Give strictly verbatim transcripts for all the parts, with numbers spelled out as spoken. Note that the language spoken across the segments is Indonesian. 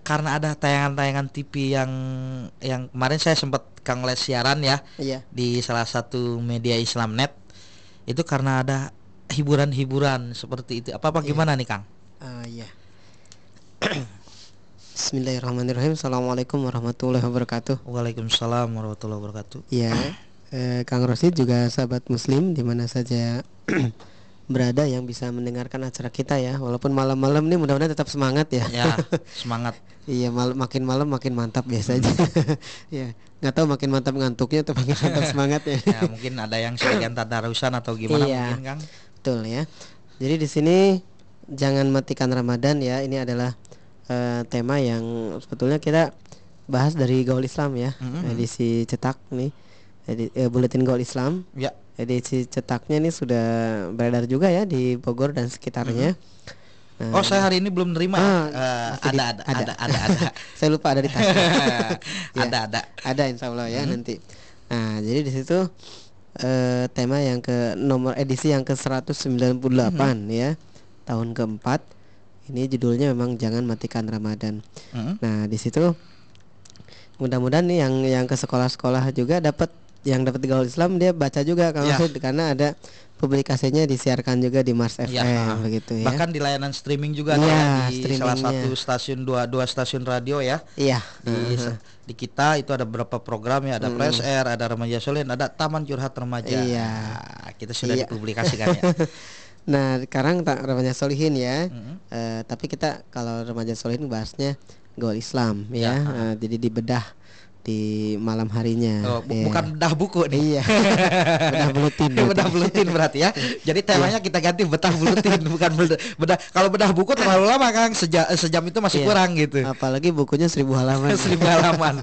karena ada tayangan-tayangan T V yang yang kemarin saya sempat Kang Les siaran ya Iya. di salah satu media Islamnet, itu karena ada hiburan-hiburan seperti itu. Apa apa Iya. gimana nih Kang? Uh, iya. Bismillahirrahmanirrahim. Assalamualaikum warahmatullahi wabarakatuh. Waalaikumsalam warahmatullahi wabarakatuh. Ya, eh, Kang Rosid juga sahabat Muslim di mana saja berada yang bisa mendengarkan acara kita ya. Walaupun malam-malam nih mudah-mudahan tetap semangat ya. Ya, semangat. Iya, mal- makin malam makin mantap biasanya. Ya, nggak tahu makin mantap ngantuknya atau makin mantap semangat ya. Ya, mungkin ada yang sebagian tadarusan atau gimana Iya. mungkin Kang. Betul ya. Jadi di sini jangan matikan Ramadan ya. Ini adalah uh, tema yang sebetulnya kita bahas dari Gaul Islam ya. Mm-hmm. Edisi cetak nih. Edi, eh, Buletin Gaul Islam. Ya. Edisi cetaknya ini sudah beredar juga ya di Bogor dan sekitarnya. Mm-hmm. Nah, oh, saya hari ini belum nerima. ah, uh, masih ada, di- ada, ada. ada, ada, ada, saya lupa ada di tas. Ya, ada, ada. Ada insya Allah ya Hmm. nanti. Nah, jadi di situ eh, tema yang ke nomor edisi yang ke seratus sembilan puluh delapan ya, tahun keempat. Ini judulnya memang jangan matikan Ramadan. Hmm. Nah, di situ mudah-mudahan nih yang yang ke sekolah-sekolah juga dapat, yang dapat di Gaul Islam dia baca juga Kang Ya. Rosid, karena ada publikasinya disiarkan juga di Mars F M Ya, begitu ya. bahkan di layanan streaming juga ada Iya, ya, di salah streamingnya. satu stasiun dua dua stasiun radio ya. Iya. Di Uh-huh. di kita itu ada beberapa program ya, ada Mm. Fresh Air, ada Remaja Solin, ada Taman Curhat Remaja. Iya. Nah, kita sudah Iya. dipublikasikan ya. Nah, sekarang tak Remaja Solihin ya. Mm-hmm. Eh, tapi kita kalau Remaja Solihin bahasnya Gaul Islam ya. Ya. Eh, jadi dibedah di malam harinya. Oh, bu- ya. bukan bedah buku nih. Iya. Bedah buletin. Bedah buletin berarti ya. Jadi temanya kita ganti bedah buletin, bukan bedah. bedah. Kalau bedah buku terlalu lama Kang, sejam, sejam itu masih Iya. kurang gitu. Apalagi bukunya seribu halaman. Seribu halaman.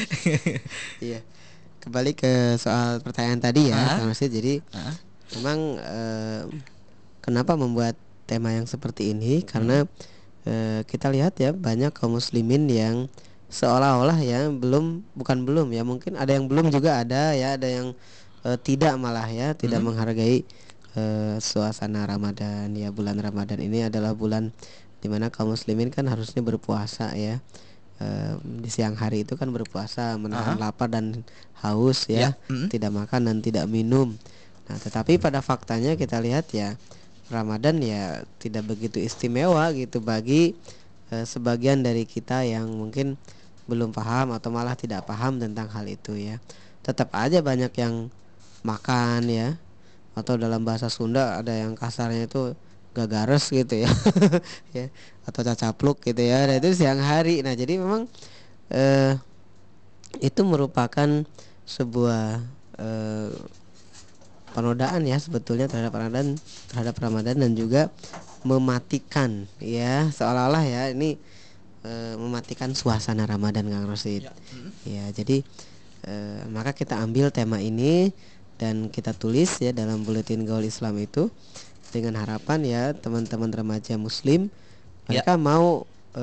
Iya. Kembali ke soal pertanyaan tadi ya, Hah? Kang Rosid. Jadi Hah? memang eh, kenapa membuat tema yang seperti ini? Karena eh, kita lihat ya banyak kaum muslimin yang seolah-olah ya belum, bukan belum ya, mungkin ada yang belum juga ada ya, ada yang eh, tidak malah ya, tidak Hmm. menghargai eh, suasana Ramadan ya. Bulan Ramadan ini adalah bulan dimana kaum muslimin kan harusnya berpuasa ya. Eh, di siang hari itu kan berpuasa, menahan Aha. lapar dan haus ya, Ya. Mm. tidak makan dan tidak minum. Nah, tetapi pada faktanya kita lihat ya, Ramadan ya tidak begitu istimewa gitu bagi eh, sebagian dari kita yang mungkin belum paham atau malah tidak paham tentang hal itu ya. Tetap aja banyak yang makan ya, atau dalam bahasa Sunda ada yang kasarnya itu gagares gitu ya. Ya, atau cacapluk gitu ya. Nah, itu siang hari. Nah, jadi memang eh, itu merupakan sebuah eh, penodaan ya sebetulnya terhadap Ramadan, terhadap Ramadan dan juga mematikan ya, seolah-olah ya ini e, mematikan suasana Ramadan Kang Rosid. Ya. Mm. Ya, jadi e, maka kita ambil tema ini dan kita tulis ya dalam Buletin Gaul Islam itu dengan harapan ya teman-teman remaja muslim mereka Ya. mau e,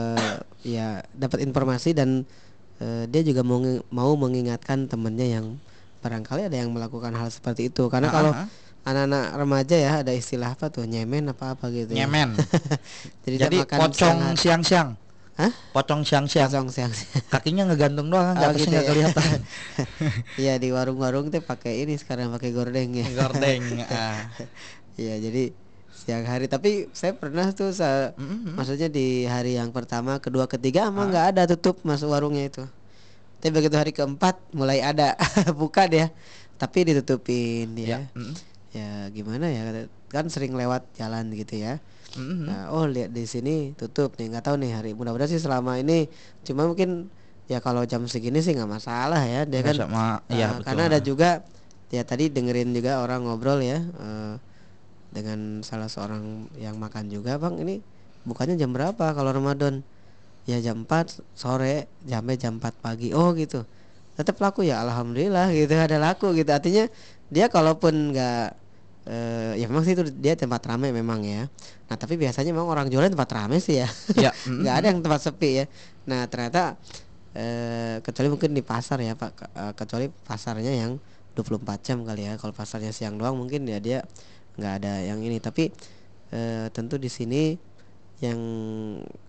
ya dapat informasi dan e, dia juga mau mau mengingatkan temannya yang barangkali ada yang melakukan hal seperti itu. Karena Ah, kalau ah. anak-anak remaja ya ada istilah apa tuh, nyemen apa apa gitu ya. Nyemen. Jadi, Jadi dia makan pocong siang hari. siang-siang. Hah? Pocong siang-siang. Pocong siang. Kakinya ngegantung doang, Oh, atasnya gitu nggak ya. kelihatan. Iya, di warung-warung tuh pakai ini sekarang, pakai gordeng ya. Gordeng. ah. Iya, jadi siang hari. Tapi saya pernah tuh sa- Mm-mm. maksudnya di hari yang pertama, kedua, ketiga emang Ah. nggak ada, tutup masuk warungnya itu. Tapi begitu hari keempat mulai ada buka dia, tapi ditutupin ya. Ya. Mm. Ya gimana ya, kan sering lewat jalan gitu ya. Mm-mm. Nah, oh lihat di sini tutup nih, nggak tahu nih hari. Mudah-mudahan sih selama ini, cuma mungkin ya kalau jam segini sih nggak masalah ya. Dia kan Sama, uh, ya, betul. karena ada juga ya tadi dengerin juga orang ngobrol ya uh, dengan salah seorang yang makan juga, Bang, ini bukannya jam berapa kalau Ramadan? Ya jam empat sore sampai jam empat pagi. Oh gitu. Tetap laku ya, alhamdulillah gitu, ada laku gitu. Artinya dia kalaupun nggak eh, ya memang sih itu dia tempat ramai memang ya. Nah, tapi biasanya memang orang jualan tempat ramai sih ya. Ya. Nggak ada yang tempat sepi ya. Nah, ternyata eh, kecuali mungkin di pasar ya, Pak. Ke- eh, kecuali pasarnya yang dua puluh empat jam kali ya. Kalau pasarnya siang doang mungkin ya dia nggak ada yang ini. Tapi eh, tentu di sini yang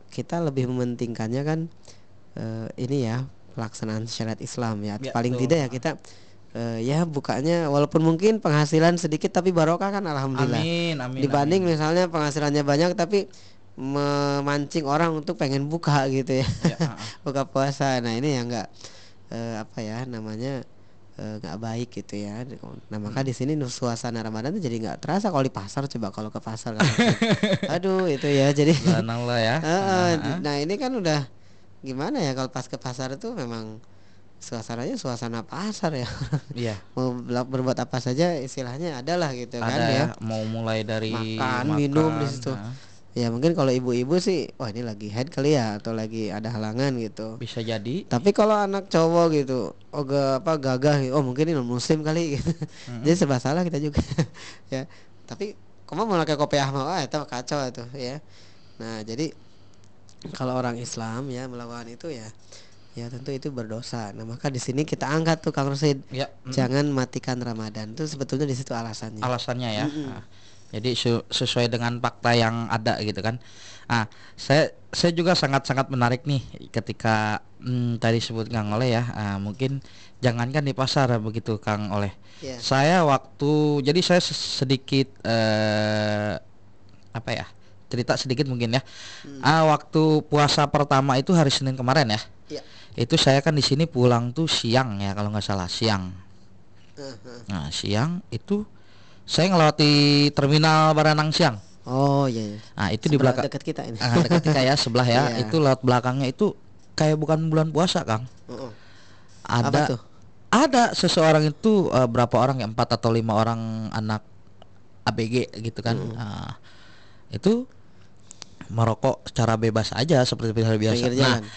kita lebih mementingkannya kan eh, ini ya pelaksanaan syariat Islam ya. Ya, Paling betul. tidak ya kita eh, ya bukanya walaupun mungkin penghasilan sedikit tapi barokah kan alhamdulillah. Amin, amin, Dibanding amin. misalnya penghasilannya banyak tapi memancing orang untuk pengen buka gitu ya. Ya, uh-uh. Buka puasa. Nah, ini yang enggak eh, apa ya namanya eh, nggak baik gitu ya. Nah maka di sini nu- suasana Ramadan tuh jadi nggak terasa kalau di pasar. Coba kalau ke pasar kan aduh itu ya jadi Subhanallah ya. Heeh, Uh-uh. nah ini kan udah gimana ya kalau pas ke pasar itu memang suasananya suasana pasar ya. Iya. Mau bela- berbuat apa saja istilahnya adalah gitu kan Ada ya, ya, mau mulai dari makan minum di makan, situ. nah, Ya mungkin kalau ibu-ibu sih wah ini lagi head kali ya atau lagi ada halangan gitu. bisa jadi. Tapi kalau anak cowok gitu, oh ga, apa gagah, gitu, oh mungkin ini non muslim kali gitu. Mm-mm. Jadi serba salah kita juga ya. Tapi kamu mau pakai kopiah mau, ah itu kacau itu ya. Nah jadi kalau orang Islam ya melakukan itu ya, ya tentu itu berdosa. Nah maka di sini kita angkat tuh Kang Rusid, Ya, mm, jangan matikan Ramadan. Itu sebetulnya di situ alasannya. alasannya ya. Mm-mm. Nah, jadi su- sesuai dengan fakta yang ada gitu kan. Ah, saya saya juga sangat-sangat menarik nih ketika hmm, tadi sebut Kang Oleh ya. Ah, mungkin jangankan di pasar begitu Kang Oleh. Ya. Saya waktu jadi saya se- sedikit eh apa ya? Cerita sedikit mungkin ya. Hmm. Ah, waktu puasa pertama itu hari Senin kemarin ya. Ya. Itu saya kan di sini pulang tuh siang ya kalau nggak salah siang. Uh-huh. Nah, siang itu saya ngelewati terminal Baranang siang. Oh iya. Iya. Nah, itu di Sebelah belakang dekat kita ini. ah, dekat kita ya sebelah ya. Iya. Itu lewat belakangnya itu kayak bukan bulan puasa, Kang. Uh-uh. Ada Apa tuh? ada seseorang itu eh, berapa orang ya? Empat atau lima orang anak A B G gitu kan. Mm. Nah, itu merokok secara bebas aja seperti biasa. Pinggir Nah, jalan.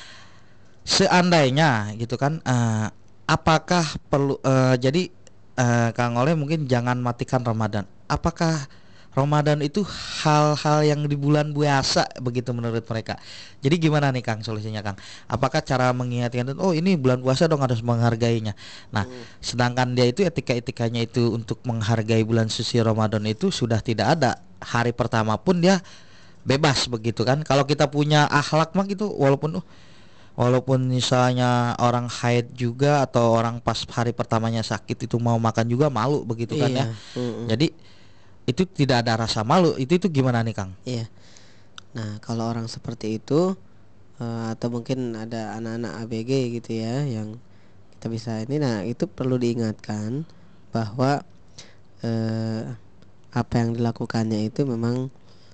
seandainya gitu kan eh, apakah perlu eh, jadi eh, Kang Oleh mungkin jangan matikan Ramadan. Apakah Ramadan itu hal-hal yang di bulan puasa begitu menurut mereka. Jadi gimana nih Kang solusinya Kang? Apakah cara mengingatkan oh ini bulan puasa dong harus menghargainya. Nah, Hmm. sedangkan dia itu etika-etikanya itu untuk menghargai bulan suci Ramadan itu sudah tidak ada. Hari pertama pun dia bebas begitu kan. Kalau kita punya akhlak mah gitu walaupun uh, walaupun misalnya orang haid juga atau orang pas hari pertamanya sakit itu mau makan juga malu begitu kan ya. Iya. Mm-mm. Jadi itu tidak ada rasa malu. Itu itu gimana nih Kang? Iya. Nah, kalau orang seperti itu eh, atau mungkin ada anak-anak A B G gitu ya yang kita bisa ini, nah itu perlu diingatkan bahwa eh, apa yang dilakukannya itu memang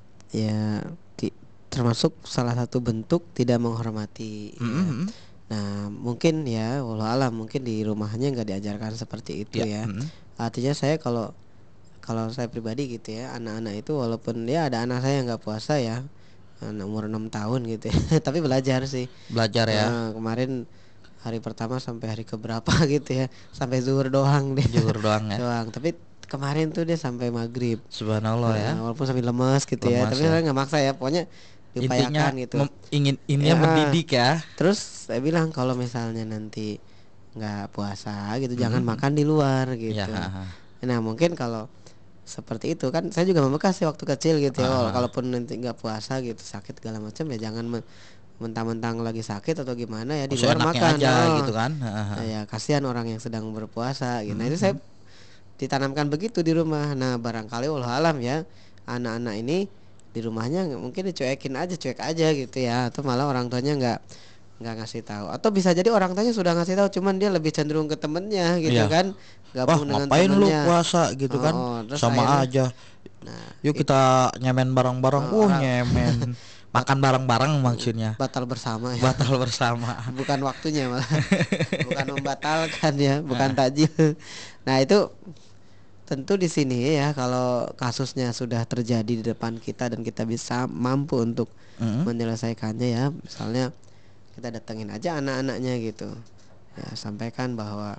ya ti- termasuk salah satu bentuk tidak menghormati ya. Mm-mm. Nah, mungkin ya walau alam mungkin di rumahnya nggak diajarkan seperti itu Ya, ya. mm-mm. Artinya saya kalau kalau saya pribadi gitu ya, anak-anak itu walaupun dia ada anak saya yang nggak puasa ya, anak umur enam tahun gitu ya, tapi belajar sih. Belajar ya. Nah, kemarin hari pertama sampai hari keberapa gitu ya, sampai zuhur doang deh. Zuhur doang ya. Doang. Tapi kemarin tuh dia sampai maghrib. Subhanallah ya. Nah, walaupun sambil lemas gitu ya, Lemas tapi ya. saya nggak maksa ya, pokoknya Intinya diupayakan gitu. mem- ingin ininya Ya. mendidik ya. Terus saya bilang kalau misalnya nanti nggak puasa gitu, jangan Mhm. makan di luar gitu. Ya, ha, ha. Nah mungkin kalau seperti itu kan saya juga membekas sih waktu kecil gitu ya. Ah. Kalaupun nanti nggak puasa gitu sakit segala macam ya jangan me- mentang-mentang lagi sakit atau gimana ya di Oh, luar seenaknya makan aja oh. gitu kan. Ha, ha, ha. Nah, ya kasihan orang yang sedang berpuasa gitu. Nah Mhm. itu saya ditanamkan begitu di rumah. Nah barangkali wallahu alam ya anak-anak ini di rumahnya nggak- mungkin dicuekin aja cuek aja gitu ya, atau malah orang tuanya nggak nggak ngasih tahu, atau bisa jadi orang tuanya sudah ngasih tahu cuman dia lebih cenderung ke temennya gitu Iya. kan, Wah, gabung dengan ngapain lu temennya. puasa gitu kan? Oh, oh, terus Sama akhirnya- aja. Nah, Yuk kita nyemen bareng-bareng. Oh, Wah, orang- nyemen. Makan bareng-bareng maksudnya. batal bersama ya. Batal bersama. Bukan waktunya malah. Bukan membatalkan ya, bukan takjil. Nah, itu tentu di sini ya kalau kasusnya sudah terjadi di depan kita dan kita bisa mampu untuk Mm-mm. menyelesaikannya ya, misalnya kita datengin aja anak-anaknya gitu. Ya, sampaikan bahwa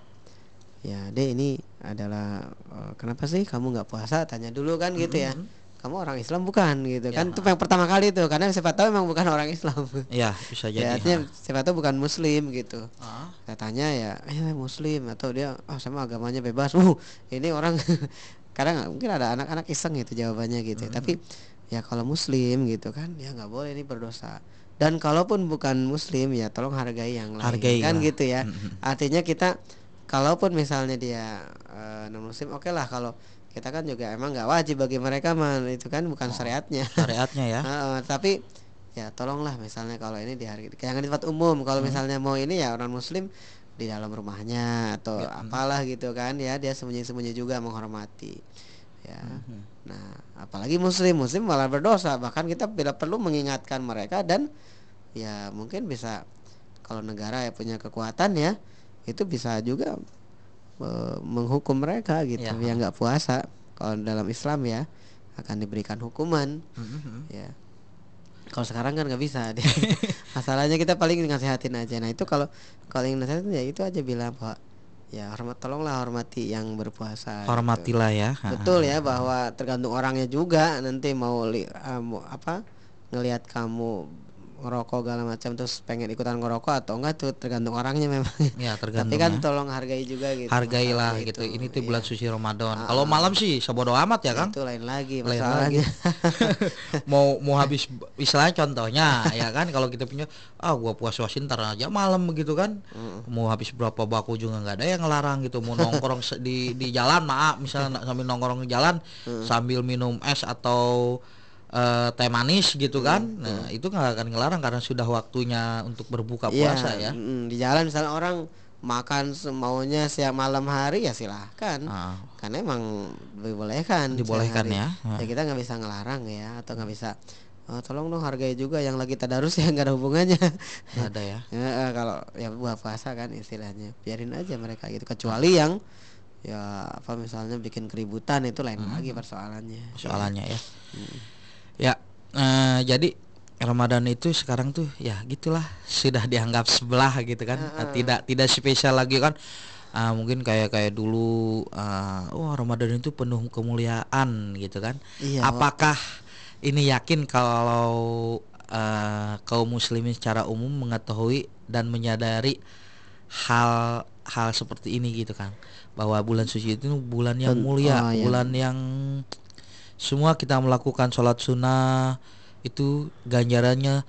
ya, Dek ini adalah eh, kenapa sih kamu nggak puasa? Tanya dulu kan gitu ya. Mm-mm. Kamu orang Islam bukan gitu Ya. kan? Itu yang pertama kali tuh karena siapa tahu memang bukan orang Islam. Iya, bisa Ya, jadi. artinya siapa tahu bukan muslim gitu. Ah. Katanya ya, eh muslim atau dia ah sama agamanya bebas. Uh, ini orang kadang mungkin ada anak-anak iseng gitu jawabannya gitu. Mm-mm. Tapi ya kalau muslim gitu kan ya nggak boleh, ini berdosa. Dan kalaupun bukan muslim ya tolong hargai yang lain. Hargailah. Kan gitu ya. Mm-mm. Artinya kita kalaupun misalnya dia uh, non muslim, oke lah, kalau kita kan juga emang nggak wajib bagi mereka man, itu kan bukan Oh, syariatnya. syariatnya ya. Uh, tapi ya tolonglah misalnya kalau ini dihargai, jangan di tempat umum. Kalau Hmm. misalnya mau ini ya orang muslim di dalam rumahnya atau Ya, apalah gitu kan ya, dia sembunyi-sembunyi juga menghormati ya. Mhm. Nah apalagi muslim muslim malah berdosa, bahkan kita tidak perlu mengingatkan mereka. Dan ya mungkin bisa, kalau negara ya punya kekuatan ya, itu bisa juga uh, menghukum mereka gitu Ya. yang nggak puasa. Kalau dalam Islam ya akan diberikan hukuman. Mhm. Ya kalau sekarang kan nggak bisa. Masalahnya kita paling nasihatin aja. Nah itu kalau kalau yang nasihatin ya itu aja, bilang bahwa ya hormat, tolonglah hormati yang berpuasa gitu. Hormatilah ya. Betul ya, bahwa tergantung orangnya juga nanti mau, li, uh, mau apa ngelihat kamu ngerokok segala macam terus pengen ikutan ngerokok atau enggak, tuh tergantung orangnya memang. Ya tergantung. Tapi kan ya. tolong hargai juga gitu. Hargailah masalahnya gitu. itu. Ini tuh bulan Iya. suci Ramadan. Ah, Kalau ah. malam sih sebodo amat ya, Ya, Kang. itu lain lagi Lain masalahnya. mau mau habis, istilahnya contohnya ya kan, kalau kita punya ah gua puas-puasin ntar aja malam begitu kan. Mm. Mau habis berapa baku juga nggak ada yang ngelarang gitu. Mau nongkrong se- di di jalan, maaf misalnya sambil nongkrong di jalan Mm. sambil minum es atau eh, teh manis gitu kan. Nah itu nggak akan ngelarang karena sudah waktunya untuk berbuka Iya, puasa ya. mm, di jalan misalnya orang makan semaunya siang malam hari ya silahkan. Ah, Karena emang dibolehkan. dibolehkan siang hari. ya. Ya kita nggak bisa ngelarang ya, atau nggak bisa "Oh, tolong dong hargai juga yang lagi tadarus ya, nggak ada hubungannya." Nggak ada ya. Ya, eh, kalau ya buah puasa kan istilahnya, biarin aja mereka gitu. Kecuali yang ya apa misalnya bikin keributan, itu lain lagi persoalannya. Soalannya ya. Hmm. Ya, eh, jadi Ramadan itu sekarang tuh ya gitulah, sudah dianggap sebelah gitu kan. Ah, ah. Tidak tidak spesial lagi kan. Ah, mungkin kayak kayak dulu ah, wah Ramadan itu penuh kemuliaan gitu kan. Iya, Apakah ini yakin kalau eh, kaum muslimin secara umum mengetahui dan menyadari hal hal seperti ini gitu kan, bahwa bulan suci itu bulan yang Ben- mulia, oh, iya. bulan yang semua kita melakukan sholat sunnah itu ganjarannya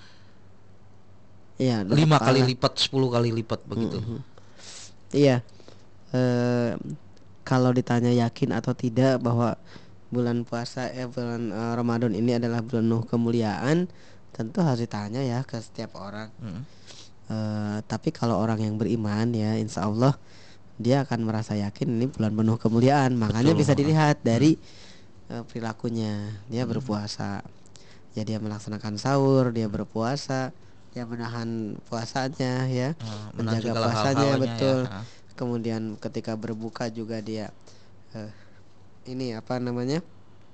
iya, dapat lima kali pahala. lipat, sepuluh kali lipat begitu. Mhm. Iya. Eh, kalau ditanya yakin atau tidak bahwa bulan puasa eh bulan eh, Ramadan ini adalah bulan penuh kemuliaan, tentu harus ditanya ya ke setiap orang. Mm. Eh, tapi kalau orang yang beriman ya, insya Allah dia akan merasa yakin ini bulan penuh kemuliaan. Makanya Betul. bisa dilihat dari eh, perilakunya. Dia berpuasa, ya dia melaksanakan sahur, dia berpuasa, dia menahan puasanya ya, Ah, menahan menjaga segala puasanya, hal-halnya betul. ya. Ah. Kemudian ketika berbuka juga dia eh, ini apa namanya,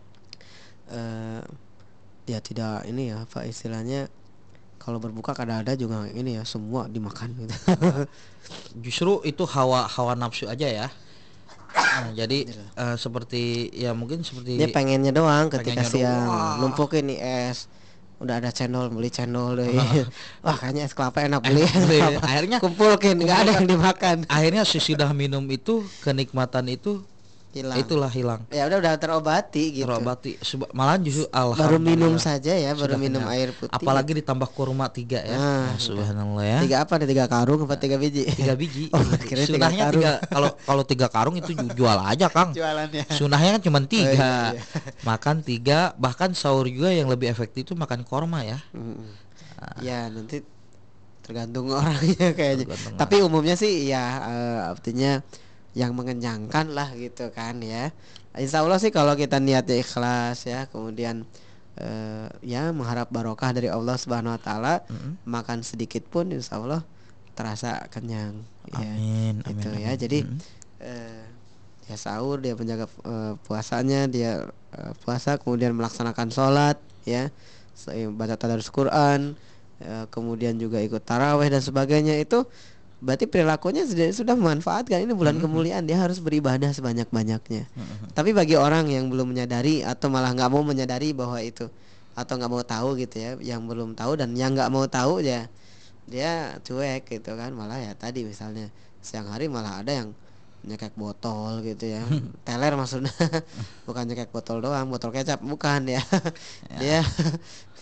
eh, dia tidak ini ya apa istilahnya, kalau berbuka kadang-kadang juga ini ya semua dimakan gitu. Justru itu hawa hawa nafsu aja ya. Nah, jadi eh, seperti ya mungkin seperti Dia pengennya doang ketika pengennya siang doang. Wah. numpukin nih es, udah ada cendol beli cendol deh. Wah kayaknya es kelapa enak, beli. Beli. Akhirnya kumpulkin, nggak ada yang dimakan, akhirnya sesudah minum itu kenikmatan itu hilang. itulah hilang, Ya udah udah terobati gitu. terobati. Seba- Malahan justru Baru alhamdulillah minum saja ya, baru sudah minum kenyang. air putih. Apalagi ditambah kurma tiga ya. Ah, Nah, subhanallah ya. Tiga apa nih, tiga karung apa tiga biji? Tiga biji. Oh, kirain tiga Sunahnya karung. tiga, kalau kalau tiga karung itu ju- jual aja Kang. Jualannya. Sunahnya kan cuma tiga. Oh, iya, iya. Makan tiga, bahkan sahur juga yang lebih efektif itu makan korma ya. Mm-mm. Ya nanti tergantung orangnya kayaknya. Tergantung Tapi umumnya sih ya eh, artinya yang mengenyangkan lah gitu kan ya. Insya Allah sih kalau kita niatnya ikhlas ya, kemudian eh, ya mengharap barokah dari Allah Subhanahu Wa Taala, Mm-mm. makan sedikit pun insya Allah terasa kenyang. Ya, Amin, amin, gitu ya. amin. Jadi Mm-mm. eh, ya sahur, dia menjaga eh, puasanya, dia eh, puasa kemudian melaksanakan sholat ya, se- baca tadarus Quran, eh, kemudian juga ikut taraweh dan sebagainya. Itu berarti perilakunya sudah, sudah memanfaatkan ini bulan kemuliaan, dia harus beribadah sebanyak-banyaknya. Tapi bagi orang yang belum menyadari atau malah nggak mau menyadari bahwa itu, atau nggak mau tahu gitu ya, yang belum tahu dan yang nggak mau tahu ya dia cuek gitu kan, malah ya tadi misalnya siang hari malah ada yang nyekek botol gitu ya, teler maksudnya. Bukan nyekek botol doang, botol kecap bukan ya. Dia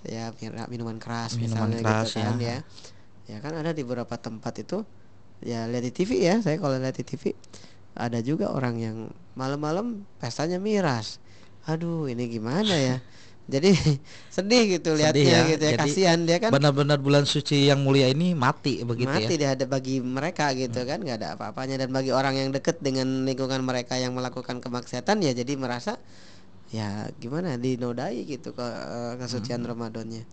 ya min- minuman keras Minuman misalnya keras gitu kan ya. ya. Ya kan ada di beberapa tempat itu ya, lihat di T V ya, saya kalau lihat di T V ada juga orang yang malam-malam pestanya miras. Aduh, ini gimana ya? Jadi sedih gitu Sedih lihatnya ya. gitu ya, Jadi kasihan dia kan benar-benar bulan suci yang mulia ini mati begitu ya. mati dia ada bagi mereka gitu Hmm. kan, nggak ada apa-apanya, dan bagi orang yang deket dengan lingkungan mereka yang melakukan kemaksiatan ya jadi merasa ya gimana dinodai gitu ke eh, kesucian Hmm. Ramadannya.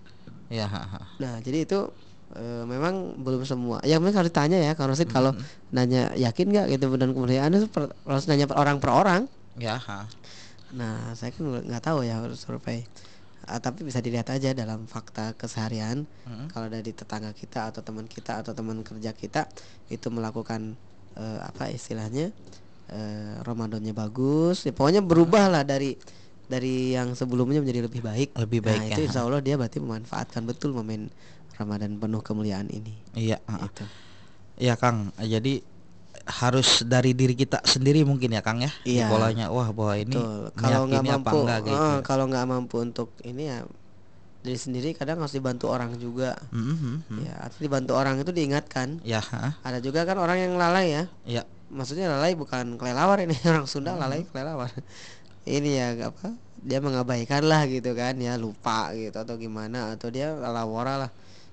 Ya. Ha, ha. Nah, jadi itu eh, memang belum semua. Ya memang harus ditanya ya, kalau Rosid kalau Hmm. nanya yakin nggak gitu bulan kemuliaan itu per, harus nanya per orang per orang. Ya. Ha. Nah, saya kan nggak tahu ya harus survei. Ah, tapi bisa dilihat aja dalam fakta keseharian, Hmm. kalau dari tetangga kita atau teman kita atau teman kerja kita itu melakukan eh, apa istilahnya eh, Ramadannya bagus, ya, pokoknya berubah lah dari dari yang sebelumnya menjadi lebih baik. Lebih Nah baik ya. itu Ha. insya Allah dia berarti memanfaatkan betul momen Ramadan penuh kemuliaan ini. Iya. Ha. Itu. Ya Kang, jadi harus dari diri kita sendiri mungkin ya Kang ya, di Iya, polanya wah bahwa ini betul. Kalau nggak meyakini apa mampu, enggak gitu. eh, kalau nggak mampu untuk ini ya diri sendiri, kadang harus dibantu orang juga. Hmm, hmm, hmm. Ya, artinya dibantu orang itu diingatkan. Ya. Ha. Ada juga kan orang yang lalai ya. Ya. Maksudnya lalai bukan kelelawar ini orang Sunda Hmm. lalai kelelawar. Ini ya apa? Dia mengabaikan lah gitu kan ya, lupa gitu atau gimana, atau dia lalawara lah.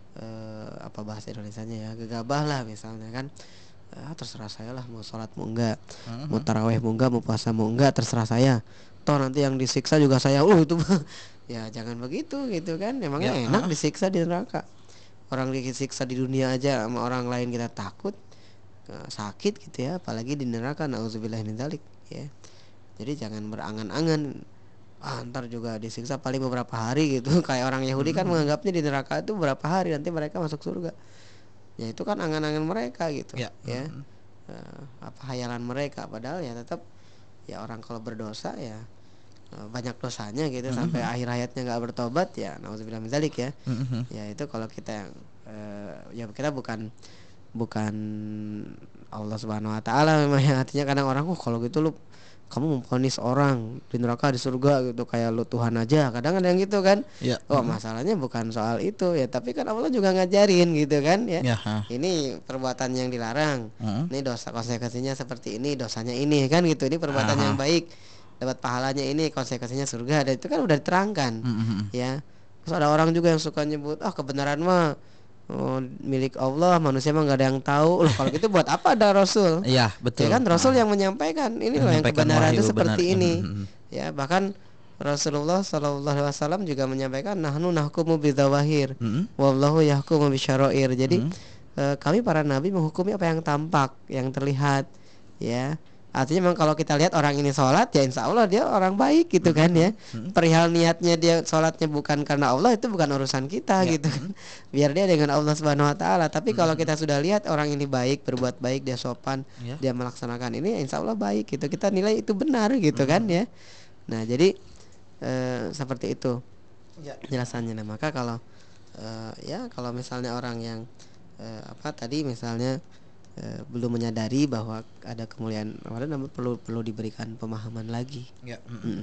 Eh, apa bahasa Indonesianya ya? Gegabah lah misalnya kan. Ah, terserah saya lah, mau sholat mau enggak, Hmm, mau hmm. taraweh mau enggak, mau puasa mau enggak, terserah saya. Toh nanti yang disiksa juga saya. Uh itu ya jangan begitu gitu kan. Emangnya Ya. enak Ha. disiksa di neraka? Orang disiksa di dunia aja sama orang lain kita takut, eh, sakit gitu ya, apalagi di neraka, nauzubillah min dzalik ya. Jadi jangan berangan-angan ah, ntar juga disiksa paling beberapa hari gitu. Kayak orang Yahudi kan Hmm. menganggapnya di neraka itu beberapa hari nanti mereka masuk surga. Ya itu kan angan-angan mereka gitu Ya. ya. Hmm. Eh, apa hayalan mereka, padahal ya tetap ya orang kalau berdosa ya eh, banyak dosanya gitu Hmm, sampai hmm. akhir hayatnya nggak bertobat ya nauzubillah min dzalik ya. Hmm, hmm. Ya itu kalau kita yang eh, ya kita bukan bukan Allah Subhanahu wa taala memang ya. Artinya kadang orang oh kalau gitu lu kamu memvonis orang di neraka di surga gitu kayak lu Tuhan aja, kadang ada yang gitu kan. Ya. Oh Hmm. masalahnya bukan soal itu ya, tapi kan Allah juga ngajarin gitu kan ya. Ya. Ha. Ini perbuatan yang dilarang, Hmm. ini dosa konsekuensinya seperti ini, dosanya ini kan gitu, ini perbuatan yang Aha. baik dapat pahalanya ini, konsekuensinya surga, dan itu kan udah diterangkan Hmm, hmm. ya. Terus ada orang juga yang suka nyebut ah kebenaran mah oh, milik Allah, manusia mah nggak ada yang tahu. Loh kalau gitu buat apa ada Rasul? Iya Ya betul. kan Rasul Ah. yang menyampaikan ini loh yang Menyampaikan kebenaran itu wahyu benar. seperti Hmm, ini hmm, hmm. ya. Bahkan Rasulullah Shallallahu Alaihi Wasallam juga menyampaikan nahnu nahkumu bidzawahir Hmm, wallahu yahkumu bisyarair. Jadi hmm. eh, kami para nabi menghukumi apa yang tampak, yang terlihat ya. Artinya memang kalau kita lihat orang ini sholat ya insya Allah dia orang baik gitu kan ya. Hmm. Perihal niatnya dia sholatnya bukan karena Allah, itu bukan urusan kita Ya. gitu kan. Biar dia dengan Allah Subhanahu Wa Taala. Tapi kalau kita sudah lihat orang ini baik, berbuat baik, dia sopan, Ya. dia melaksanakan ini, insya Allah baik gitu. Kita nilai itu benar gitu kan ya. Nah jadi eh, seperti itu Ya. penjelasannya. Nah maka kalau eh, ya kalau misalnya orang yang eh, apa tadi misalnya eh, belum menyadari bahwa ada kemuliaan Ramadan, namun perlu perlu diberikan pemahaman lagi. Ya. Mm.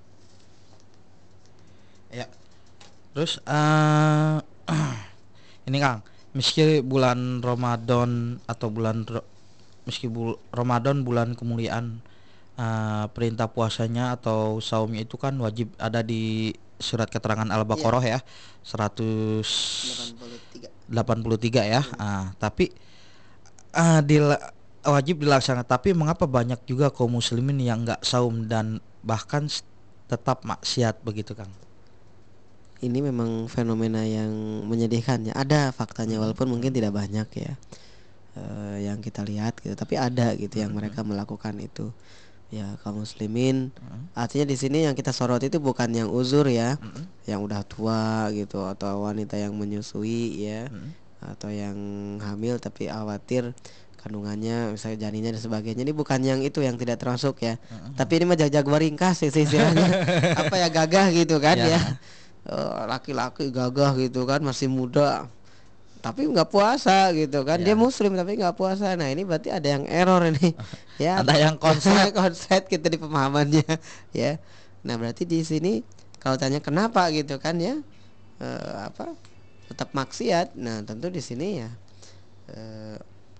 Ya. Terus eh ini Kang, meski bulan Ramadan atau bulan Ro- meski bul- Ramadan bulan kemuliaan, eh, perintah puasanya atau saumnya itu kan wajib ada di surat keterangan Al-Baqarah ya seratus delapan puluh tiga ya. Ah, tapi ah, dila- wajib dilaksanakan. Tapi mengapa banyak juga kaum muslimin yang nggak saum dan bahkan s- tetap maksiat begitu Kang? Ini memang fenomena yang menyedihkan ya. Ada faktanya walaupun mungkin tidak banyak ya eh, yang kita lihat gitu, tapi ada gitu yang mereka melakukan itu. Ya kaum muslimin, artinya di sini yang kita sorot itu bukan yang uzur ya, yang udah tua gitu atau wanita yang menyusui ya, atau yang hamil tapi khawatir kandungannya misalnya janinnya dan sebagainya. Ini bukan yang itu, yang tidak termasuk ya. Tapi ini mah jaguar ringkas sih istilahnya. Apa ya, gagah gitu kan Ya. ya. Eh, laki-laki gagah gitu kan, masih muda tapi nggak puasa gitu kan. Ya. Dia muslim tapi nggak puasa. Nah ini berarti ada yang error ini ya. Ada yang konslet. konslet gitu di pemahamannya ya. Nah berarti di sini kalau tanya kenapa gitu kan ya, eh, apa tetap maksiat. Nah tentu di sini ya eh,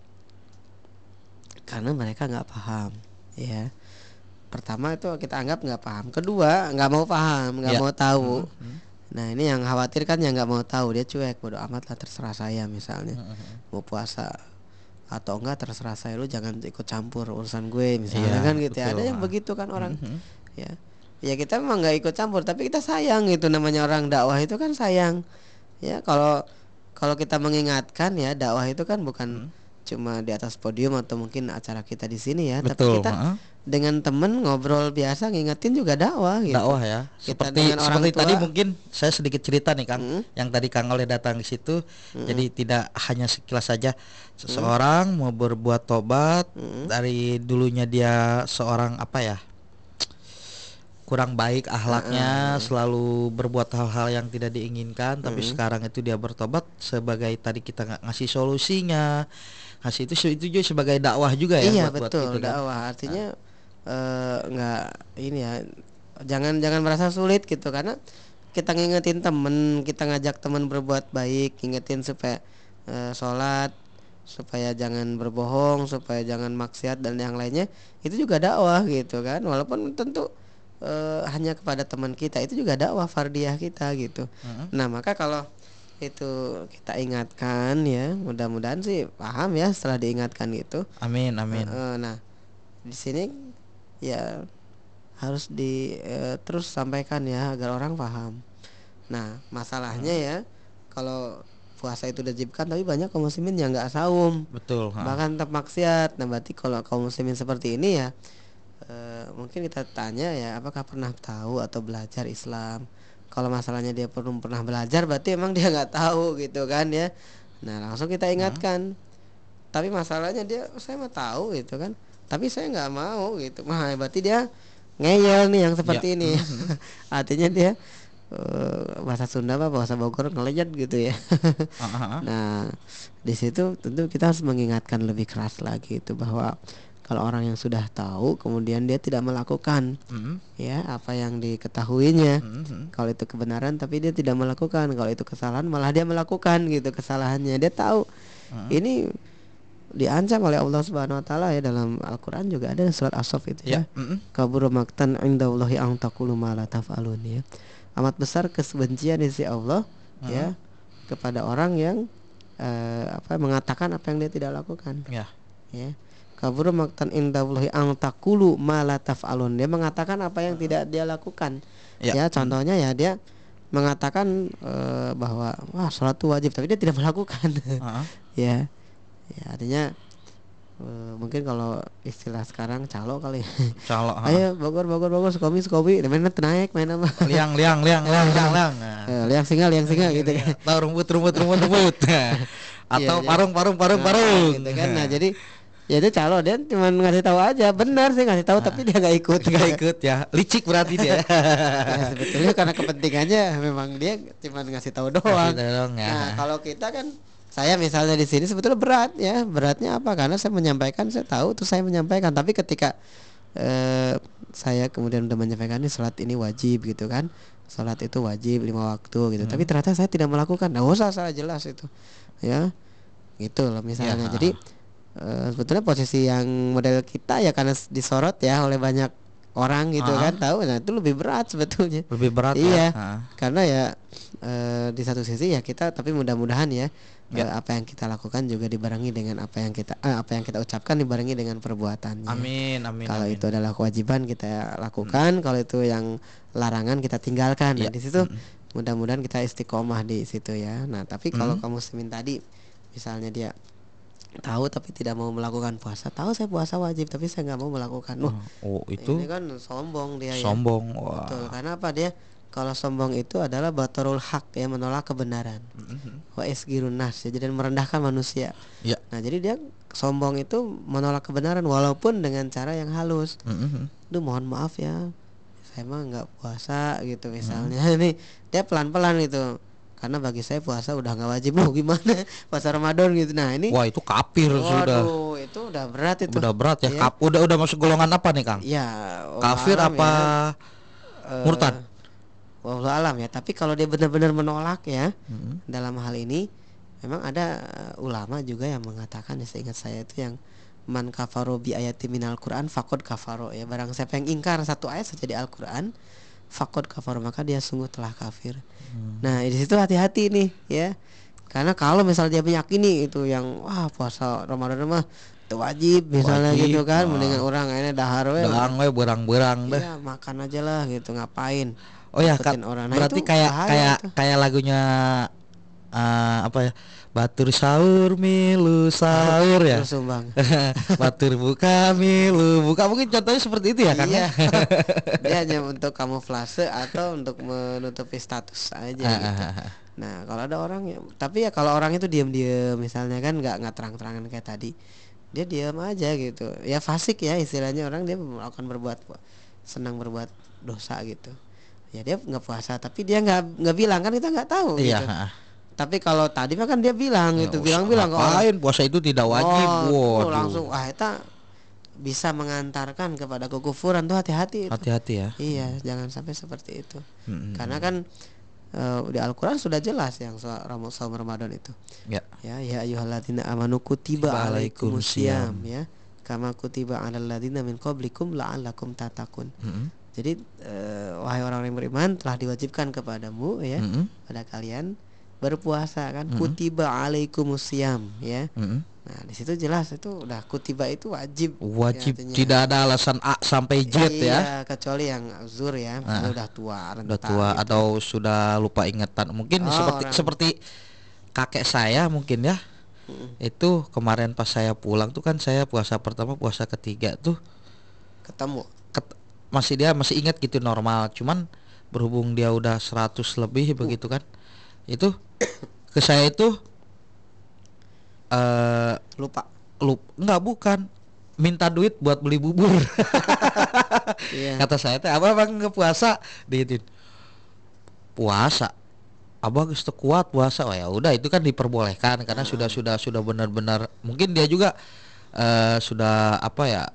karena mereka nggak paham ya. Pertama itu kita anggap nggak paham, kedua nggak mau paham, nggak Ya. mau tahu. Mm-mm. Nah ini yang khawatir kan, yang nggak mau tahu, dia cuek, bodo amat lah, terserah saya misalnya Mm-mm. mau puasa atau enggak terserah saya, lu jangan ikut campur urusan gue misalnya, Iya, kan gitu ya. betul. Ada yang Ah. begitu kan orang Mhm. ya. Ya kita memang nggak ikut campur, tapi kita sayang, itu namanya orang dakwah itu kan sayang ya. Kalau kalau kita mengingatkan ya, dakwah itu kan bukan Hmm. cuma di atas podium atau mungkin acara kita di sini ya, tapi Betul. kita Heeh. dengan temen ngobrol biasa ngingetin juga dakwah gitu. Dakwah ya. Kita Seperti dengan orang seperti tua, tadi mungkin saya sedikit cerita nih Kang. Mm. Yang tadi Kang Oleh datang di situ. Mm-mm. Jadi tidak hanya sekilas saja seseorang mau berbuat tobat Mm-mm. dari dulunya dia seorang apa ya? Kurang baik akhlaknya, Uh-uh. selalu berbuat hal-hal yang tidak diinginkan, tapi Mm-mm. sekarang itu dia bertobat sebagai tadi kita nggak ngasih solusinya. Ngasih itu itu juga sebagai dakwah juga ya Iya buat buat betul, gitu kan. dakwah artinya eh, nggak ini ya, jangan jangan merasa sulit gitu, karena kita ngingetin temen, kita ngajak temen berbuat baik, ngingetin supaya eh, sholat, supaya jangan berbohong, supaya jangan maksiat dan yang lainnya, itu juga dakwah gitu kan. Walaupun tentu eh, hanya kepada teman kita, itu juga dakwah fardiyah kita gitu. Heeh. Nah maka kalau itu kita ingatkan ya, mudah-mudahan sih paham ya setelah diingatkan gitu. Amin amin. Eh, nah di sini ya harus di eh, terus sampaikan ya agar orang paham. Nah masalahnya ya, kalau puasa itu diwajibkan tapi banyak kaum muslimin yang nggak saum, Betul. Ha. bahkan tetap maksiat. Nah berarti kalau kaum muslimin seperti ini ya, eh, mungkin kita tanya ya, apakah pernah tahu atau belajar Islam. Kalau masalahnya dia belum pernah belajar, berarti emang dia nggak tahu gitu kan ya. Nah langsung kita ingatkan. Tapi masalahnya dia, "Oh, saya mah tahu gitu kan, tapi saya nggak mau gitu." Nah berarti dia ngeyel nih yang seperti Ya. ini. Mhm. Artinya dia eh, bahasa Sunda apa bahasa Bogor ngelejat gitu ya. Ah, ah, ah. Nah di situ tentu kita harus mengingatkan lebih keras lagi itu, bahwa kalau orang yang sudah tahu kemudian dia tidak melakukan Mhm. ya apa yang diketahuinya, Mhm. kalau itu kebenaran tapi dia tidak melakukan, kalau itu kesalahan malah dia melakukan gitu kesalahannya. Dia tahu Mhm. ini diancam oleh Allah Subhanahu wa taala ya, dalam Al-Qur'an juga ada surat As-Saff itu Ya. ya. Mhm. Kabura maqtan indallahi an taqulu ma la taf'alun ya. Amat besar kebencian di sisi Allah ya kepada orang yang eh, apa mengatakan apa yang dia tidak lakukan Ya. ya. Kabura maqtan indallahi an taqulu ma la taf'alun, dia mengatakan apa yang tidak dia lakukan. Ya. Ya, contohnya ya dia mengatakan eh, bahwa wah sholat itu wajib tapi dia tidak melakukan. Ah, ah. Ya. Ya artinya eh, mungkin kalau istilah sekarang calo kali ya. Calo. Ha. Ayo Bogor Bogor Bogor Sukabumi Sukabumi, main naik main apa. Liang liang liang liang liang liang. Nah. Eh, liang singa liang singa gitu kan. Tahu rumput rumput rumput rumput. Atau Iya, parung parung parung nah, parung. gitu kan. Nah jadi ya dia calo, dia cuma ngasih tahu aja, benar sih ngasih tahu tapi dia nggak ikut. Nggak ikut ya. Licik berarti dia. Ya, sebetulnya karena kepentingannya memang dia cuma ngasih tahu doang. Ngasih tahu doang, ya. Nah kalau kita kan, saya misalnya di sini sebetulnya berat ya. Beratnya apa? Karena saya menyampaikan, saya tahu tuh saya menyampaikan, tapi ketika eh, saya kemudian udah menyampaikan ini sholat ini wajib gitu kan, sholat itu wajib lima waktu gitu, Hmm. tapi ternyata saya tidak melakukan. Nah usah salah jelas itu ya, gitu loh misalnya. Ya. Jadi eh, sebetulnya posisi yang model kita ya, karena disorot ya oleh banyak orang gitu Ah. kan, tahu. Nah itu lebih berat sebetulnya. Lebih berat Iya. ya. Ah. Karena ya eh, di satu sisi ya kita, tapi mudah-mudahan ya, Ya. eh, apa yang kita lakukan juga dibarengi dengan apa yang kita eh, apa yang kita ucapkan dibarengi dengan perbuatannya. Amin amin. Kalau amin. itu adalah kewajiban kita lakukan, kalau itu yang larangan kita tinggalkan. Nah Ya. di situ Mm-mm. mudah-mudahan kita istiqomah di situ ya. Nah tapi kalau Mm. kaum muslimin tadi misalnya dia tahu tapi tidak mau melakukan puasa, tahu saya puasa wajib tapi saya nggak mau melakukan. Wah, Oh itu ini kan sombong dia ya. sombong. Wah. Betul, karena apa, dia kalau sombong itu adalah batarul hak ya, menolak kebenaran. Mhm. Wa isgirun nas ya, jadi merendahkan manusia. Ya. Nah jadi dia sombong itu menolak kebenaran walaupun dengan cara yang halus. Mhm. Duh mohon maaf ya, saya mah nggak puasa gitu misalnya. Ini dia pelan-pelan itu, karena bagi saya puasa udah nggak wajib loh, gimana puasa Ramadan gitu. Nah ini Wah itu kafir sudah. waduh itu udah berat itu. Udah berat ya. Iya. Kap, udah udah masuk golongan apa nih Kang? Ya Kafir wallahu alam apa ya. Eh, murtad? wallahu alam ya. Tapi kalau dia benar-benar menolak ya Mm-mm. dalam hal ini, memang ada uh, ulama juga yang mengatakan ya, seingat saya itu yang man kafaro bi ayati minal Quran faqad kafaro ya, barang siapa yang ingkar satu ayat saja di Al-Qur'an faqad kafaro, maka dia sungguh telah kafir. Hmm. Nah, di situ hati-hati nih ya. Karena kalau misalnya dia meyakini itu yang wah puasa Ramadan mah itu wajib misalnya Wajib, gitu kan, ah. mendingan orang akhirnya dahar we udah, Daang we berang-berang dah. iya makan aja lah gitu, ngapain Oh ya, Kak, nakutin orang. Nah berarti itu kayak bahaya kayak itu. kayak lagunya eh, apa ya? Batur sahur milu sahur ya. Terus sumbang. Batur buka milu buka, mungkin contohnya seperti itu ya, Kang ya. Iya. Dia hanya untuk kamuflase atau untuk menutupi status aja Ah, gitu. ah, ah. Nah kalau ada orang ya, tapi ya kalau orang itu diam-diam misalnya kan, nggak nggak terang-terangan kayak tadi, dia diam aja gitu ya, fasik ya istilahnya, orang dia akan berbuat, senang berbuat dosa gitu ya, dia nggak puasa tapi dia nggak nggak bilang kan, kita nggak tahu Iya, gitu. ah. Tapi kalau tadi mah kan dia bilang Ya, gitu, usah, bilang-bilang ke orang, ngapain puasa itu tidak wajib. oh tuh langsung, Waduh. wah eta bisa mengantarkan kepada kekufuran tuh, hati-hati itu. Hati-hati ya. Iya, jangan sampai seperti itu. Mm-mm. Karena kan eh, di Al-Qur'an sudah jelas yang soal Ram- saum Ramadan itu. Ya. Ya, ya ayyuhalladzina amanu kutiba Kutiba alaikumusiyam alaikumusiyam. ya. Kama kutiba alal ladzina min qablikum la'allakum tattaqun. Mm-mm. Jadi eh, wahai orang-orang yang beriman, telah diwajibkan kepadamu ya, Mm-mm. pada kalian berpuasa kan, Mm-mm. kutiba alaikumusiyam ya. Mm-mm. Nah, di situ jelas itu udah kutiba itu wajib. Wajib, ya, artinya. tidak ada alasan A sampai Z Iya, ya. kecuali yang zur ya, Ah, misalnya udah tua, renta Udah tua gitu. atau sudah lupa ingatan. Mungkin Oh, seperti orang. seperti kakek saya mungkin ya. Mm-mm. Itu kemarin pas saya pulang tuh kan, saya puasa pertama, puasa ketiga tuh Ketemu. ket- masih dia masih ingat gitu normal. Cuman berhubung dia udah seratus lebih begitu kan. Itu ke saya itu eh Lupa. lup enggak, bukan, minta duit buat beli bubur. Iya. Kata saya teh, abah bang nggak puasa, diitin puasa, abah geus teu kuat puasa. Oh ya udah, itu kan diperbolehkan karena sudah sudah sudah benar-benar, mungkin dia juga eh, sudah apa ya,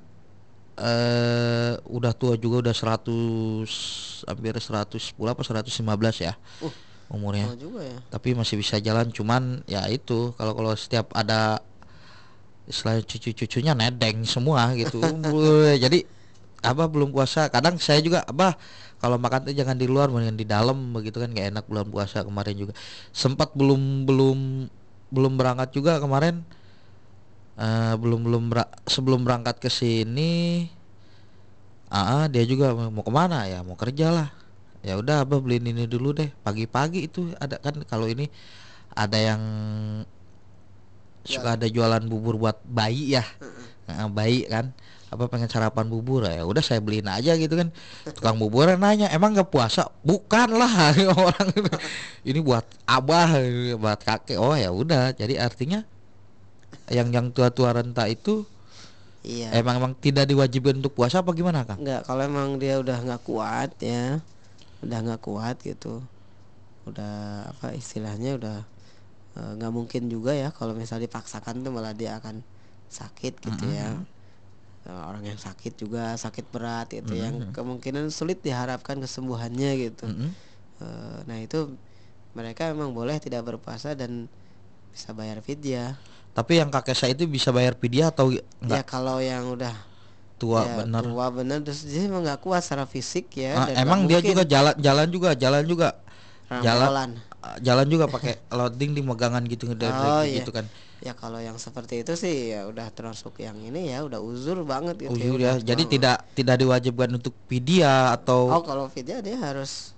eh udah tua juga, udah seratus, hampir seratus sepuluh apa seratus lima belas ya Uh, umurnya, oh juga ya. tapi masih bisa jalan. Cuman ya itu, kalau kalau setiap ada istilahnya cucu-cucunya nedeng semua gitu. Jadi abah belum puasa. Kadang saya juga, abah kalau makan tuh jangan di luar, mendingan di dalam begitu kan, gak enak bulan puasa. Kemarin juga sempat belum belum belum berangkat juga kemarin, eh, belum belum bera- sebelum berangkat ke sini. Ah, ah, dia juga mau mau kemana ya, mau kerja lah. Ya udah abah beliin ini dulu deh, pagi-pagi itu ada kan, kalau ini ada yang suka ada jualan bubur buat bayi ya. Nah, bayi kan apa pengen sarapan bubur, ya udah saya beliin aja gitu kan. Tukang bubur nanya, emang nggak puasa? Bukan lah. Orang itu, ini buat abah, buat kakek. Oh ya udah, jadi artinya yang yang tua-tua renta itu Iya. emang emang tidak diwajibkan untuk puasa apa gimana, Kang? Enggak, kalau emang dia udah nggak kuat ya, udah nggak kuat gitu, udah apa istilahnya, udah eh, nggak mungkin juga ya kalau misalnya dipaksakan tuh malah dia akan sakit gitu ya. Eh, orang yang sakit juga sakit berat gitu, yang kemungkinan sulit diharapkan kesembuhannya gitu. Mm-mm. Eh, nah itu mereka memang boleh tidak berpuasa dan bisa bayar fidyah. Tapi yang kakek saya itu bisa bayar fidyah atau Ya enggak? kalau yang udah Tua ya, bener. tua bener, terus dia emang nggak kuat secara fisik ya, Ah, dan nggak emang dia mungkin juga jalan jalan juga jalan juga jalan rampelan. ah, jalan juga pakai loading di megangan gitu, dari Oh iya. gitu kan. Ya kalau yang seperti itu sih ya udah termasuk yang ini ya, udah uzur banget gitu ya, Uzur udah ya. Jadi tua. tidak tidak diwajibkan untuk fidyah Oh atau kalau fidyah dia harus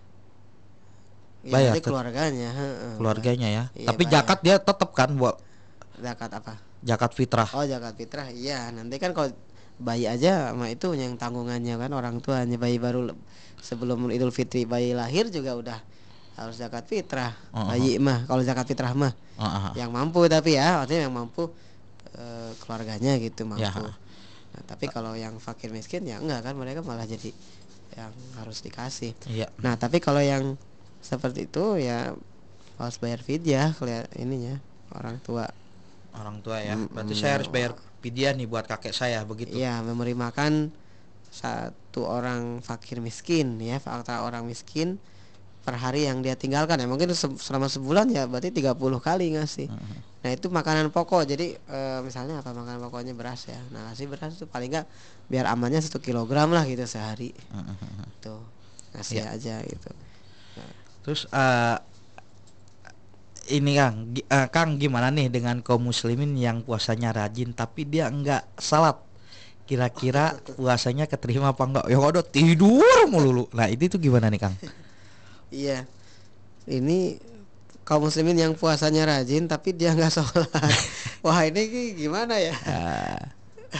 ya bayar nanti tet- keluarganya, heeh, keluarganya ya. Iya, Tapi bayar. zakat dia tetap kan buat Zakat apa? zakat fitrah. Oh zakat fitrah. Iya nanti kan kalau bayi aja sama itu yang tanggungannya kan orang tuanya, bayi baru le- sebelum Idul Fitri bayi lahir juga udah harus zakat fitrah. Uh-huh. Bayi mah kalau zakat fitrah mah Ah, ah, ah. yang mampu, tapi ya artinya yang mampu eh, keluarganya gitu mampu. Ya. Nah, tapi kalau yang fakir miskin ya enggak kan, mereka malah jadi yang harus dikasih. Iya. Nah tapi kalau yang seperti itu ya harus bayar fidyah kelihat ininya orang tua. Orang tua ya. Berarti Mm-mm. saya harus bayar fidyah nih buat kakek saya begitu. Iya, memberi makan satu orang fakir miskin ya, fakta orang miskin per hari yang dia tinggalkan ya, mungkin se- selama sebulan ya berarti tiga puluh kali ngasih. Mhm. Nah itu makanan pokok, jadi e, misalnya apa makanan pokoknya beras ya, nah kasih beras itu paling nggak biar amannya satu kilogram lah gitu sehari, Mhm. tuh Ya. ngasih aja gitu. Nah, Terus eh, ini Kang, gi- eh, Kang gimana nih dengan kaum muslimin yang puasanya rajin tapi dia enggak salat? Kira-kira puasanya keterima apa enggak? Yang ada tidur mulu. Nah, itu tuh gimana nih, Kang? iya, ini kaum muslimin yang puasanya rajin tapi dia nggak sholat. Wah ini ki- gimana ya? Ah,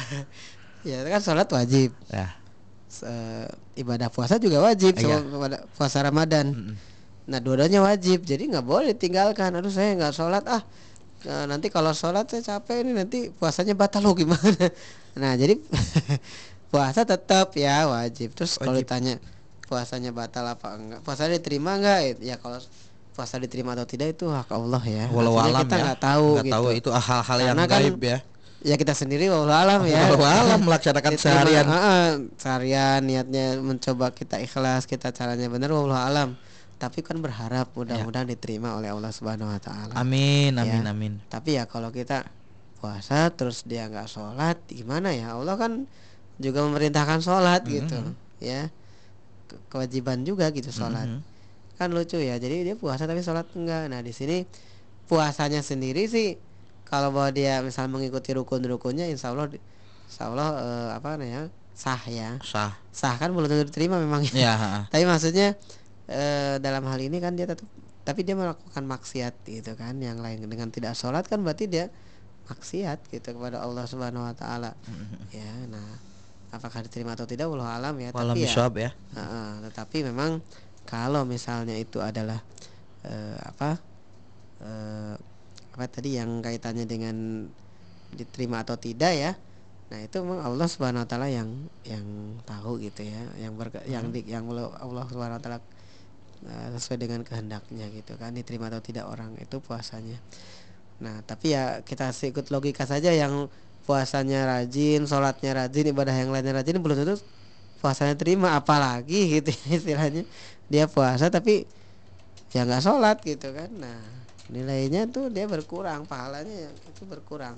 Ya kan sholat wajib. ya. Se- ibadah puasa juga wajib Iya. sama pada- puasa Ramadan. Mm-mm. Nah dua-duanya wajib, jadi nggak boleh tinggalkan. Aduh saya nggak sholat ah. Nah, nanti kalau sholat saya capek ini nanti puasanya batal loh gimana? Nah jadi puasa tetap ya wajib. Terus kalau Wajib. ditanya puasanya batal apa enggak, puasanya diterima enggak? Ya kalau puasa diterima atau tidak itu hak Allah ya. Walau Artinya alam kita ya. nggak tahu Nggak tahu gitu. itu hal-hal yang Karena kan gaib ya. ya kita sendiri walau alam ya. Walau alam melaksanakan Diterima, seharian. heeh, seharian niatnya mencoba kita ikhlas, kita caranya benar walau alam. Tapi kan berharap mudah-mudahan diterima oleh Allah Subhanahu wa taala. Amin, amin, Ya. amin. Tapi ya kalau kita puasa terus dia nggak sholat gimana ya, Allah kan juga memerintahkan sholat gitu Mhm. ya. Ke- kewajiban juga gitu sholat, Mhm. kan lucu ya, jadi dia puasa tapi sholat enggak. Nah di sini puasanya sendiri sih kalau bahwa dia misal mengikuti rukun-rukunnya insya Allah insya Allah eh, apa namanya sah ya, Sah. sah kan belum tentu diterima memang ya. Ya, ha-ha. Tapi maksudnya eh, dalam hal ini kan dia tetap, tapi dia melakukan maksiat gitu kan, yang lain dengan tidak sholat kan berarti dia maksiat gitu kepada Allah Subhanahu Wa Taala. Mhm. Ya, nah apakah diterima atau tidak wallahu alam ya. Walau Tapi ya, bisawab ya. uh, tetapi memang kalau misalnya itu adalah eh, apa eh, apa tadi yang kaitannya dengan diterima atau tidak ya. Nah itu memang Allah Subhanahu Wa Taala yang yang tahu gitu ya, yang berke, yang di, yang Allah Subhanahu Wa Taala uh, sesuai dengan kehendaknya gitu kan, diterima atau tidak orang itu puasanya. Nah tapi ya kita ikut logika saja, yang puasanya rajin, sholatnya rajin, ibadah yang lainnya rajin belum tentu puasanya terima, apalagi gitu ya, istilahnya dia puasa tapi ya nggak sholat gitu kan. Nah nilainya tuh dia berkurang, pahalanya itu berkurang,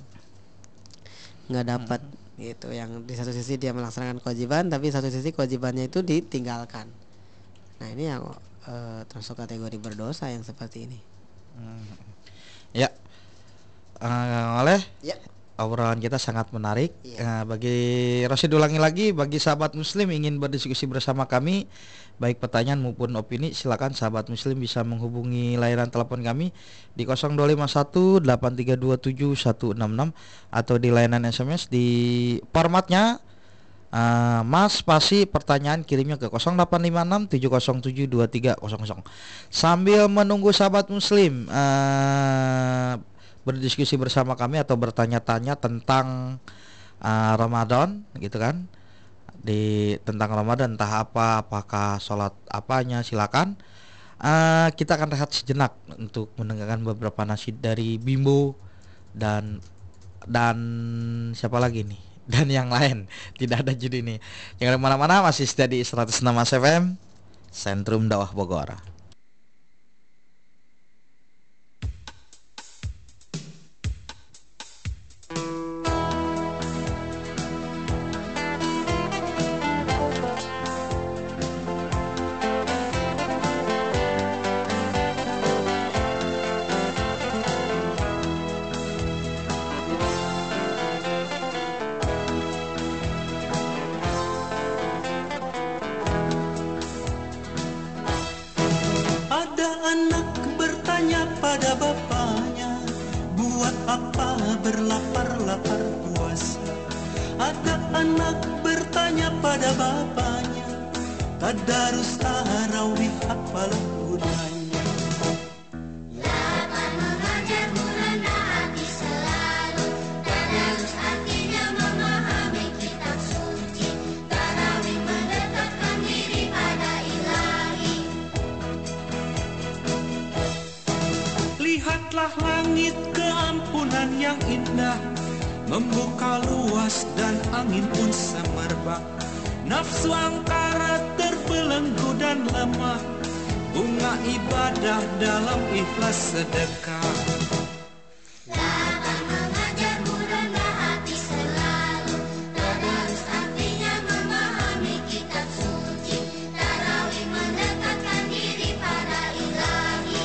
nggak dapat gitu. Yang di satu sisi dia melaksanakan kewajiban tapi satu sisi kewajibannya itu ditinggalkan. Nah ini yang eh, termasuk kategori berdosa yang seperti ini. Mhm. Ya. Eh, oleh Ya. obrolan kita sangat menarik. Iya. Eh, bagi Rosid ulangi lagi, bagi sahabat muslim ingin berdiskusi bersama kami baik pertanyaan maupun opini, silakan sahabat muslim bisa menghubungi layanan telepon kami di nol dua lima satu delapan tiga dua tujuh satu enam enam atau di layanan S M S di formatnya uh, Mas spasi pertanyaan kirimnya ke nol delapan lima enam tujuh nol tujuh dua tiga nol nol. Sambil menunggu sahabat muslim uh, berdiskusi bersama kami atau bertanya-tanya tentang uh, Ramadan gitu kan, di tentang Ramadan entah apa, apakah sholat apanya, silakan. Uh, kita akan rehat sejenak untuk mendengarkan beberapa nasyid dari Bimbo dan dan siapa lagi nih dan yang lain. Tidak ada judi nih. Jangan kemana-mana, masih setia di seratus enam F M Sentrum Dakwah Bogor. Ada anak bertanya pada bapaknya, buat apa berlapar-lapar puasa? Ada anak bertanya pada bapaknya, tadarus tarawih apalah gunanya? Dapat mengajar merendah hati selalu. Tadarus artinya memahami kitab suci. Tarawih mendekatkan diri pada ilahi. Lihatlah langit keampunan yang indah, membuka luas dan angin pun semerbak. Nafsu angkara terbelenggu dan lemah, bunga ibadah dalam ikhlas sedekah. Delapan mengajarmu rendah hati selalu. Tadarus artinya memahami kitab suci. Tarawih mendekatkan diri pada Ilahi.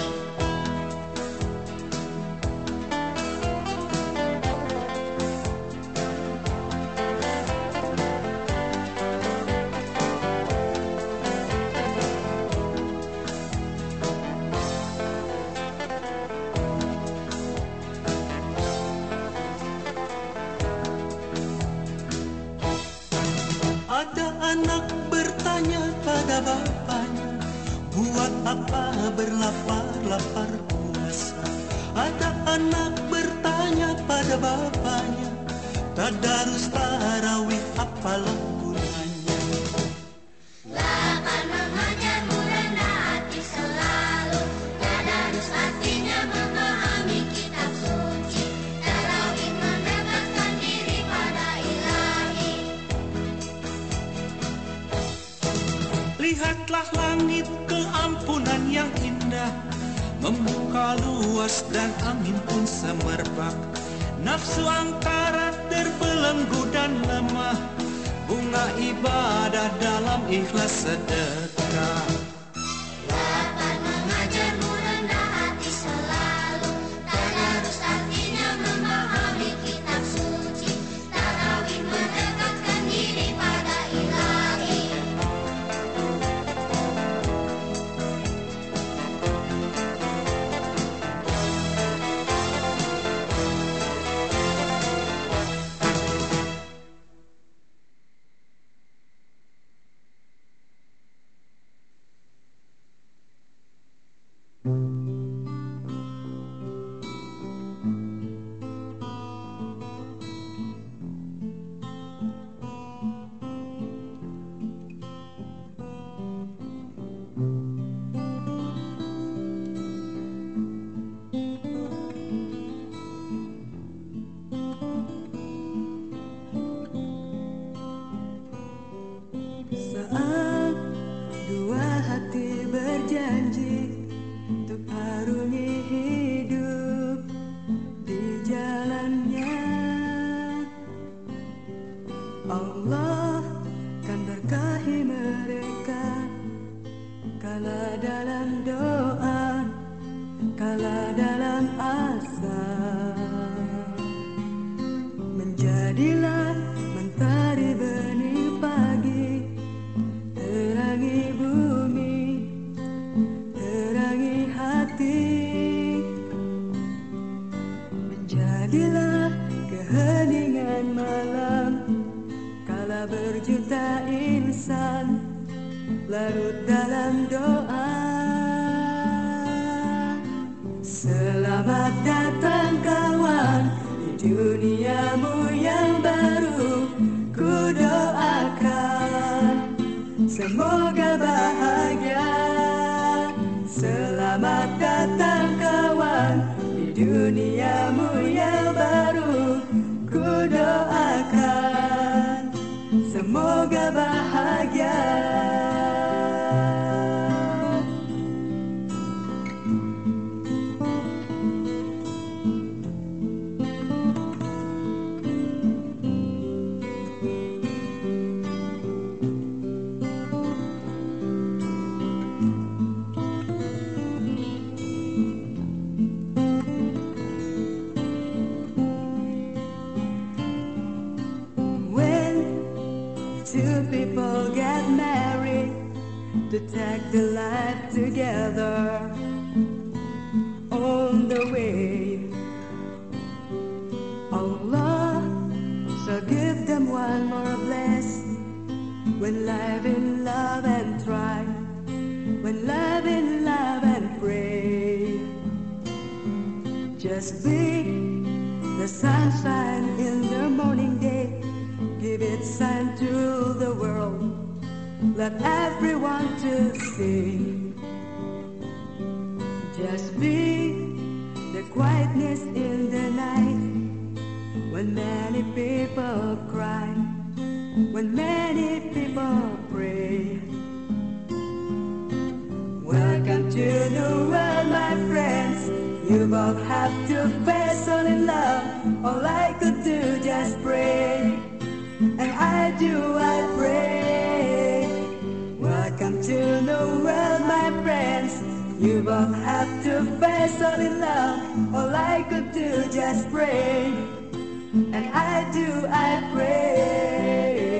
Ada anak bertanya pada bapaknya, buat apa berlapar-lapar puasa? Ada anak bertanya pada bapaknya, tadarus tarawih apalah gunanya? Delapan mengajarmu rendah hati selalu. Tadarus artinya memahami kitab suci. Tarawih mendekatkan diri pada Ilahi. Lihatlah langit keampunan yang indah, membuka luas dan angin pun semerbak. Nafsu angkara terbelenggu dan lemah, bunga ibadah dalam ikhlas sedekah. Delapan mengajarmu rendah hati selalu. Tadarus artinya memahami kitab suci. Tarawih mendekatkan diri pada Ilahi. Saat dua hati berjanji untuk harungi hidup di jalannya, Allah kan berkahi mereka kala dalam doa, kala dalam asa. Menjadilah mentari benih pagi, terangi bumi, terangi hati. Menjadilah keheningan malam, kala berjuta insan larut dalam doa. Selamat datang kawan di duniamu yang baru, ku doakan semoga bahagia. Selamat datang kawan di duniamu yang baru, ku doakan semoga bahagia. Two people get married to take the life together on the way. Allah shall give them one more bless when live in love and try, when live in love and pray. Just be the sunshine in the morning day, give its sign to the world, let everyone to see. Just be the quietness in the night, when many people cry, when many people pray. Welcome to the world, my friends. You both have to face all in love. All I could do just pray, and I do, I pray. Welcome to the world, my friends. You both have to face all in love. All I could do just pray, and I do, I pray.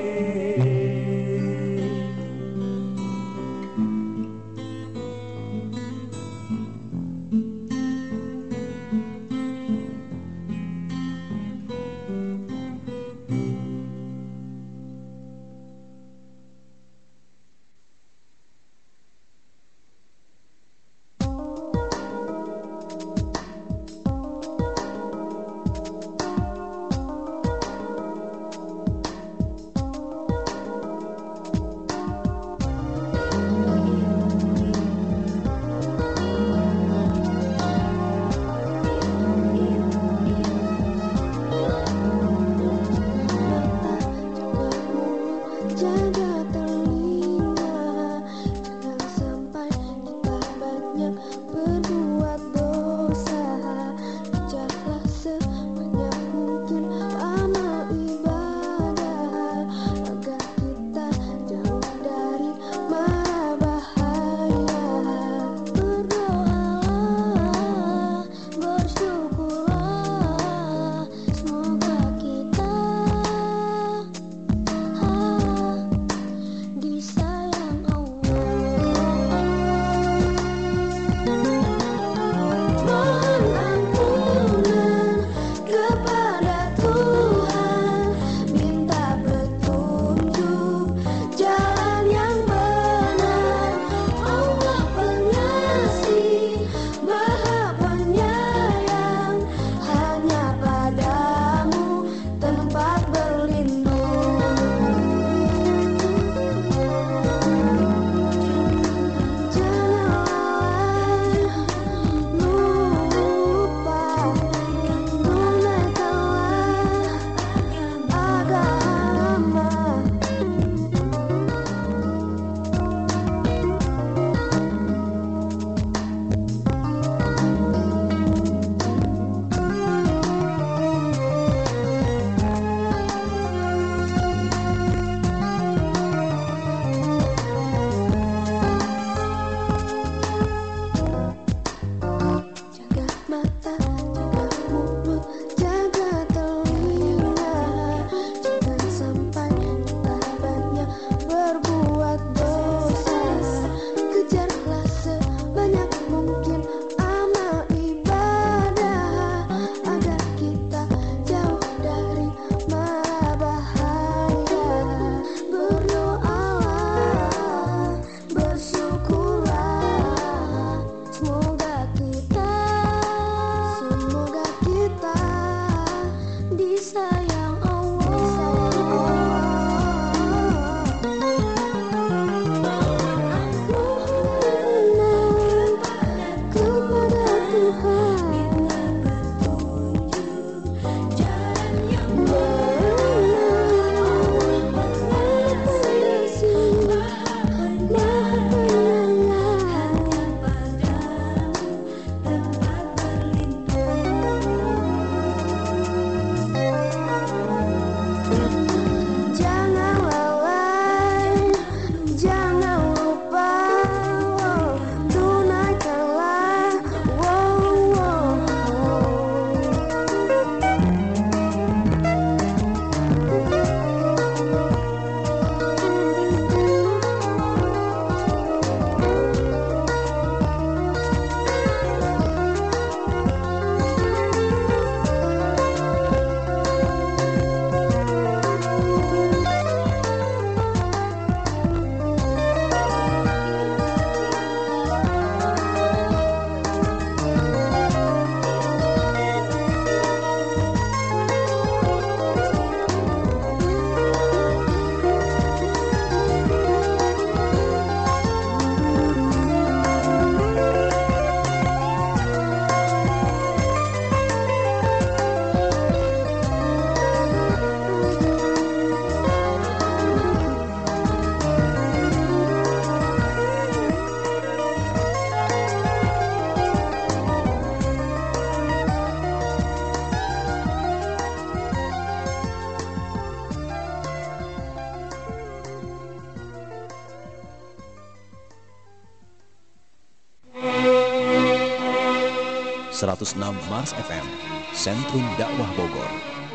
seratus enam Mars F M, Sentrum Dakwah Bogor.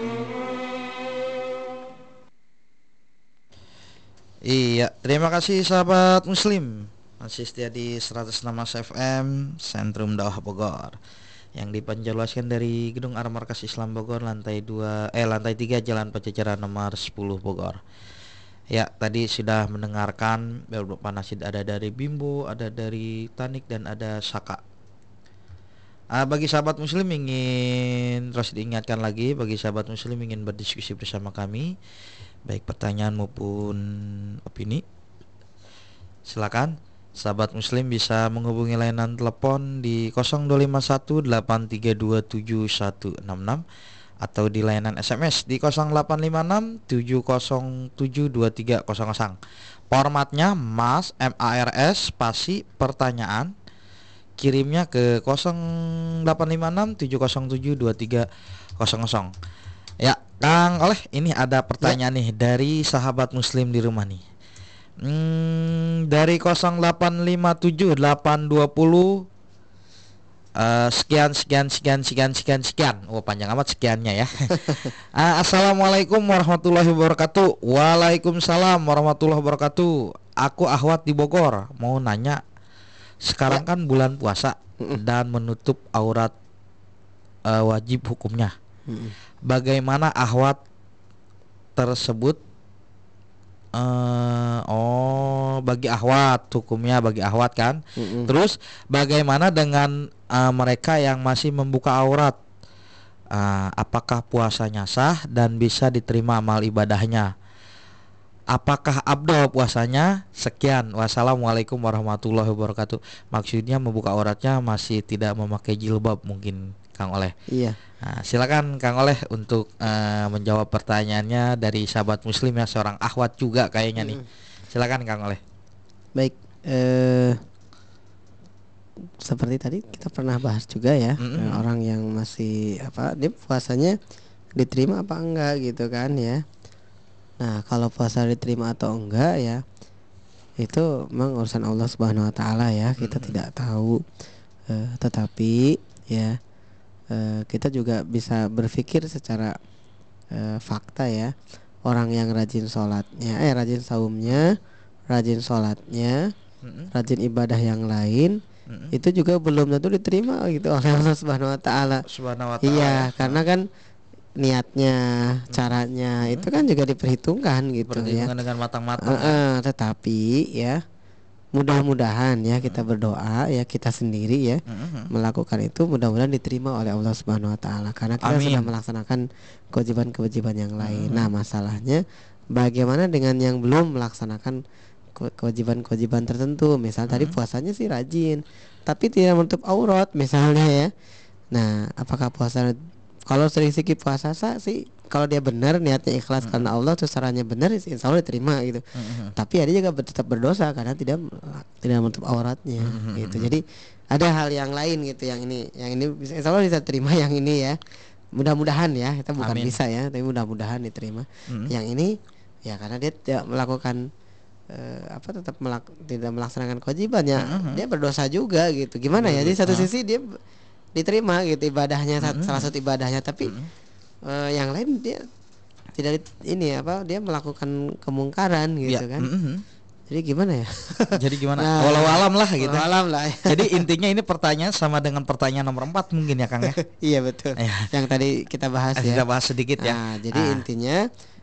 Iya, terima kasih sahabat muslim. Masih setia di seratus enam Mars F M, Sentrum Dakwah Bogor. Yang dipanjatkan dari Gedung Arah Markas Islam Bogor, lantai dua eh lantai tiga Jalan Pajajaran nomor sepuluh Bogor. Ya, tadi sudah mendengarkan beberapa nasid, ada dari Bimbo, ada dari Tanik, dan ada Saka. Ah, bagi sahabat muslim ingin terus diingatkan lagi, bagi sahabat muslim ingin berdiskusi bersama kami, baik pertanyaan maupun opini, silakan sahabat muslim bisa menghubungi layanan telepon di nol dua lima satu delapan tiga dua tujuh satu enam enam atau di layanan S M S di nol delapan lima enam tujuh nol tujuh dua tiga nol nol. Formatnya Mas M A R S spasi pertanyaan, kirimnya ke nol delapan lima enam tujuh nol tujuh dua tiga nol nol. Ya, Kang Oleh, ini ada pertanyaan ya nih dari sahabat muslim di rumah nih. Hmm, dari nol delapan lima tujuh delapan dua nol uh, sekian sekian sekian sekian sekian sekian. Oh, panjang amat sekiannya ya. uh, Assalamualaikum warahmatullahi wabarakatuh. Waalaikumsalam warahmatullahi wabarakatuh. Aku Ahwat di Bogor, mau nanya, sekarang kan bulan puasa dan menutup aurat uh, wajib hukumnya. Bagaimana ahwat tersebut? Uh, oh, bagi ahwat hukumnya bagi ahwat kan. Mm-mm. Terus bagaimana dengan uh, mereka yang masih membuka aurat? Uh, apakah puasanya sah dan bisa diterima amal ibadahnya? Apakah abdol puasanya? Sekian. Wassalamualaikum warahmatullahi wabarakatuh. Maksudnya membuka auratnya masih tidak memakai jilbab mungkin, Kang Oleh. Iya. Nah, silakan Kang Oleh untuk uh, menjawab pertanyaannya dari sahabat muslim ya, seorang ahwat juga kayaknya nih. Silakan Kang Oleh. Baik, eh, seperti tadi kita pernah bahas juga ya, mm-hmm. orang yang masih apa, dia puasanya diterima apa enggak gitu kan ya. Nah, kalau puasa diterima atau enggak ya, itu memang urusan Allah Subhanahu Wa Taala ya, kita mm-hmm. tidak tahu. Eh, tetapi ya, kita juga bisa berpikir secara uh, fakta ya. Orang yang rajin sholatnya, eh rajin saumnya, rajin sholatnya, mm-hmm. rajin ibadah yang lain, mm-hmm. itu juga belum tentu diterima gitu oleh Allah Subhanahu Wa Taala. Subhanahu Wa Taala. Iya, karena kan niatnya, mm-hmm. caranya mm-hmm. itu kan juga diperhitungkan gitu ya. Perhitungan dengan matang-matang. Uh, uh, tetapi ya, mudah-mudahan ya kita berdoa ya, kita sendiri ya mm-hmm. melakukan itu, mudah-mudahan diterima oleh Allah Subhanahu Wa Taala, karena kita Amin. Sudah melaksanakan kewajiban-kewajiban yang lain. Mm-hmm. Nah, masalahnya bagaimana dengan yang belum melaksanakan kewajiban-kewajiban tertentu? Misal mm-hmm. tadi puasanya sih rajin tapi tidak menutup aurat misalnya ya. Nah, apakah puasa, kalau sering sikit puasa sah sih, kalau dia benar niatnya ikhlas mm-hmm. karena Allah, terus caranya benar, insya Allah diterima gitu. Mm-hmm. Tapi dia juga tetap berdosa karena tidak tidak menutup auratnya mm-hmm. gitu. Jadi ada hal yang lain gitu, yang ini yang ini bisa, insya Allah bisa terima yang ini ya. Mudah-mudahan ya, kita bukan Amin. Bisa ya, tapi mudah-mudahan diterima. Mm-hmm. Yang ini ya karena dia tidak melakukan uh, apa tetap melak- tidak melaksanakan kewajibannya, mm-hmm. dia berdosa juga gitu. Gimana mm-hmm. ya? Di satu sisi dia diterima gitu ibadahnya, mm-hmm. salah satu ibadahnya, tapi mm-hmm. uh, yang lain dia tidak ini apa, dia melakukan kemungkaran gitu ya, kan. Mm-hmm. Jadi gimana ya? Jadi gimana? Nah, walau alam lah gitu. Walau alam lah. Jadi intinya ini pertanyaan sama dengan pertanyaan nomor empat mungkin ya, Kang ya. Iya betul. Ya. Yang tadi kita bahas ya. Kita bahas sedikit ya. Nah, jadi ah. intinya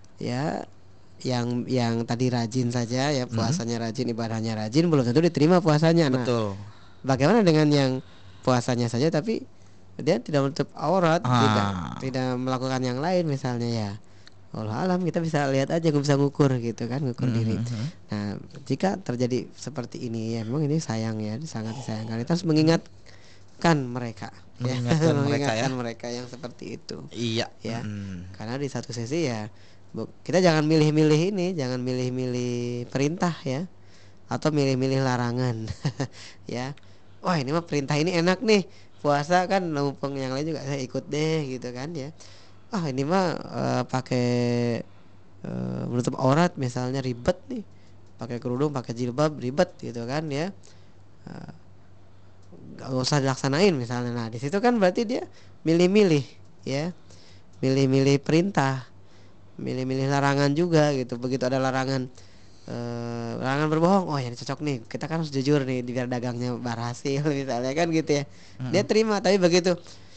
ya yang yang tadi rajin saja ya, puasanya mm-hmm. rajin, ibadahnya rajin, belum tentu diterima puasanya. Nah, betul. Bagaimana dengan yang puasanya saja tapi dia tidak menutup aurat, ah. tidak tidak melakukan yang lain misalnya ya. Allah alam, kita bisa lihat aja, gue bisa ngukur gitu kan, ngukur mm-hmm. diri. Nah, jika terjadi seperti ini ya memang ini sayang ya, sangat disayangkan. Kita harus mengingatkan mereka, mengingatkan, ya. mereka, mengingatkan ya? mereka yang seperti itu. Iya. Ya, mm. karena di satu sisi ya kita jangan milih-milih ini, jangan milih-milih perintah ya, atau milih-milih larangan. Ya, wah ini mah perintah ini enak nih, puasa kan, mumpung yang lain juga saya ikut deh gitu kan ya. Ah ini mah uh, pakai uh, menutup aurat misalnya ribet nih, pakai kerudung, pakai jilbab ribet gitu kan ya. Uh, nggak usah dilaksanain misalnya. Nah di situ kan berarti dia milih-milih ya, milih-milih perintah, milih-milih larangan juga gitu. Begitu ada larangan eh, larangan berbohong, oh yang cocok nih, kita kan harus jujur nih biar dagangnya berhasil misalnya kan gitu ya. Dia terima. Tapi begitu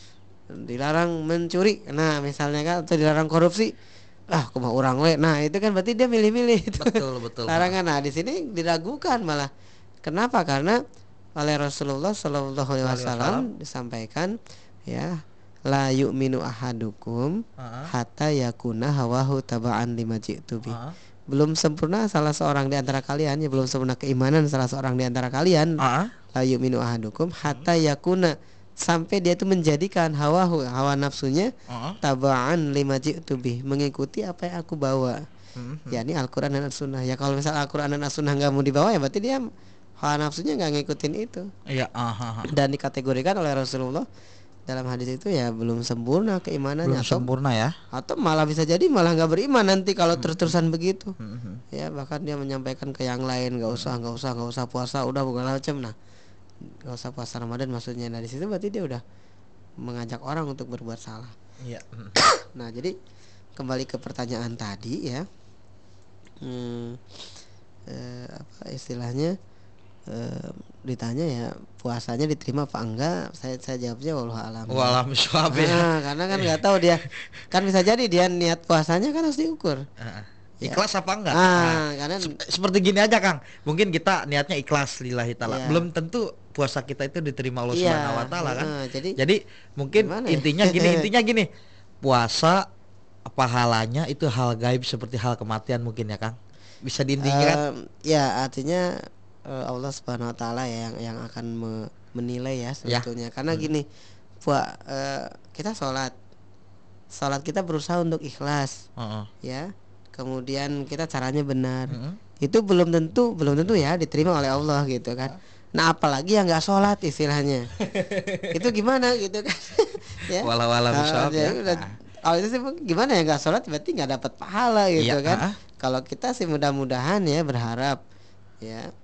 dilarang mencuri, nah misalnya kan, atau dilarang korupsi, ah aku mau orang we, nah itu kan berarti dia milih-milih itu. Betul, betul. Larangan. Nah di sini diragukan malah. Kenapa? Karena oleh Rasulullah Shallallahu Alaihi Wasallam disampaikan ya, la yu'minu ahadukum Uh-huh. hatta yakuna hawahu taba'an lima ji'tu bih. Uh-huh. Belum sempurna salah seorang di antara kalian, ya belum sempurna keimanan salah seorang di antara kalian. Uh-huh. La yu'minu ahadukum hatta yakuna, sampai dia itu menjadikan hawahu, hawa nafsunya, Uh-huh. taba'an lima ji'tu bih, mengikuti apa yang aku bawa. Mhm. yakni Al-Quran dan As-Sunnah. Ya kalau misal Al-Quran dan As-Sunnah nggak mau dibawa, ya berarti dia hawa nafsunya nggak ngikutin itu. Iya, aha. Dan dikategorikan oleh Rasulullah dalam hadis itu ya belum sempurna keimanannya, Belum atau sempurna ya. atau malah bisa jadi malah nggak beriman nanti kalau terus-terusan begitu. Mhm. Ya bahkan dia menyampaikan ke yang lain, nggak usah nggak usah nggak usah puasa, udah bukan macam. Nah nggak usah puasa Ramadan maksudnya. Nah di situ berarti dia udah mengajak orang untuk berbuat salah. Iya. Nah jadi kembali ke pertanyaan tadi ya, hmm, eh, apa istilahnya, eh, ditanya ya puasanya diterima apa enggak, saya saya jawabnya wallahu alam. Walam bisawab ya. Nah, karena kan nggak tahu dia, kan bisa jadi dia niat puasanya kan harus diukur. Heeh. Ya. Ikhlas apa enggak? Ah, Nah, karena sep- seperti gini aja Kang. Mungkin kita niatnya ikhlas lillahi taala. Iya. Belum tentu puasa kita itu diterima Allah Iya, Subhanahu wa taala kan. heeh, jadi- Jadi mungkin Gimana ya? intinya gini, intinya gini. Puasa pahalanya itu hal gaib seperti hal kematian mungkin ya Kang. Bisa diintinya kan? Em, ya artinya eh, Allah Subhanahu Wa Taala ya yang yang akan me- menilai ya sebetulnya. Karena gini, pua, eh, kita sholat, sholat kita berusaha untuk ikhlas, Heeh. ya. Kemudian kita caranya benar. Heeh. Itu belum tentu, belum tentu ya diterima oleh Allah gitu kan. Nah apalagi yang nggak sholat istilahnya, itu gimana gitu kan? Ya. Walau walau Nah, bisawab ya. jadi udah- Oh itu sih gimana ya, nggak sholat berarti nggak dapat pahala gitu Iya, kan. ah. Kalau kita sih mudah-mudahan ya berharap ya,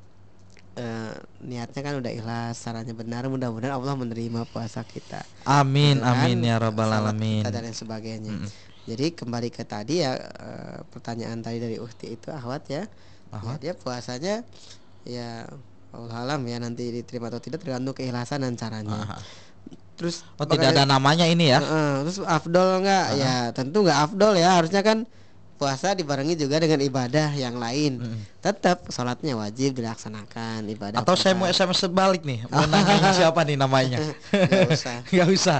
eh, niatnya kan udah ikhlas, caranya benar, mudah-mudahan Allah menerima puasa kita. Amin, Gitu kan, amin ya rabbal salat alamin. kita dan lain sebagainya. Mm-mm. Jadi kembali ke tadi ya, eh, pertanyaan tadi dari Uhti itu Ahwat ya. Ahwat. Ya dia puasanya ya Allah alam ya, nanti diterima atau tidak tergantung keikhlasan dan caranya. Aha. Terus Oh, tidak ada makanya- namanya ini ya. Heeh, terus afdol enggak? Ya tentu enggak afdol ya, harusnya kan puasa dibarengi juga dengan ibadah yang lain. Mm-mm. Tetap sholatnya wajib dilaksanakan, ibadah Atau saya mau S M S sebalik nih, mau nanya siapa nih namanya? Nggak usah. Nggak usah.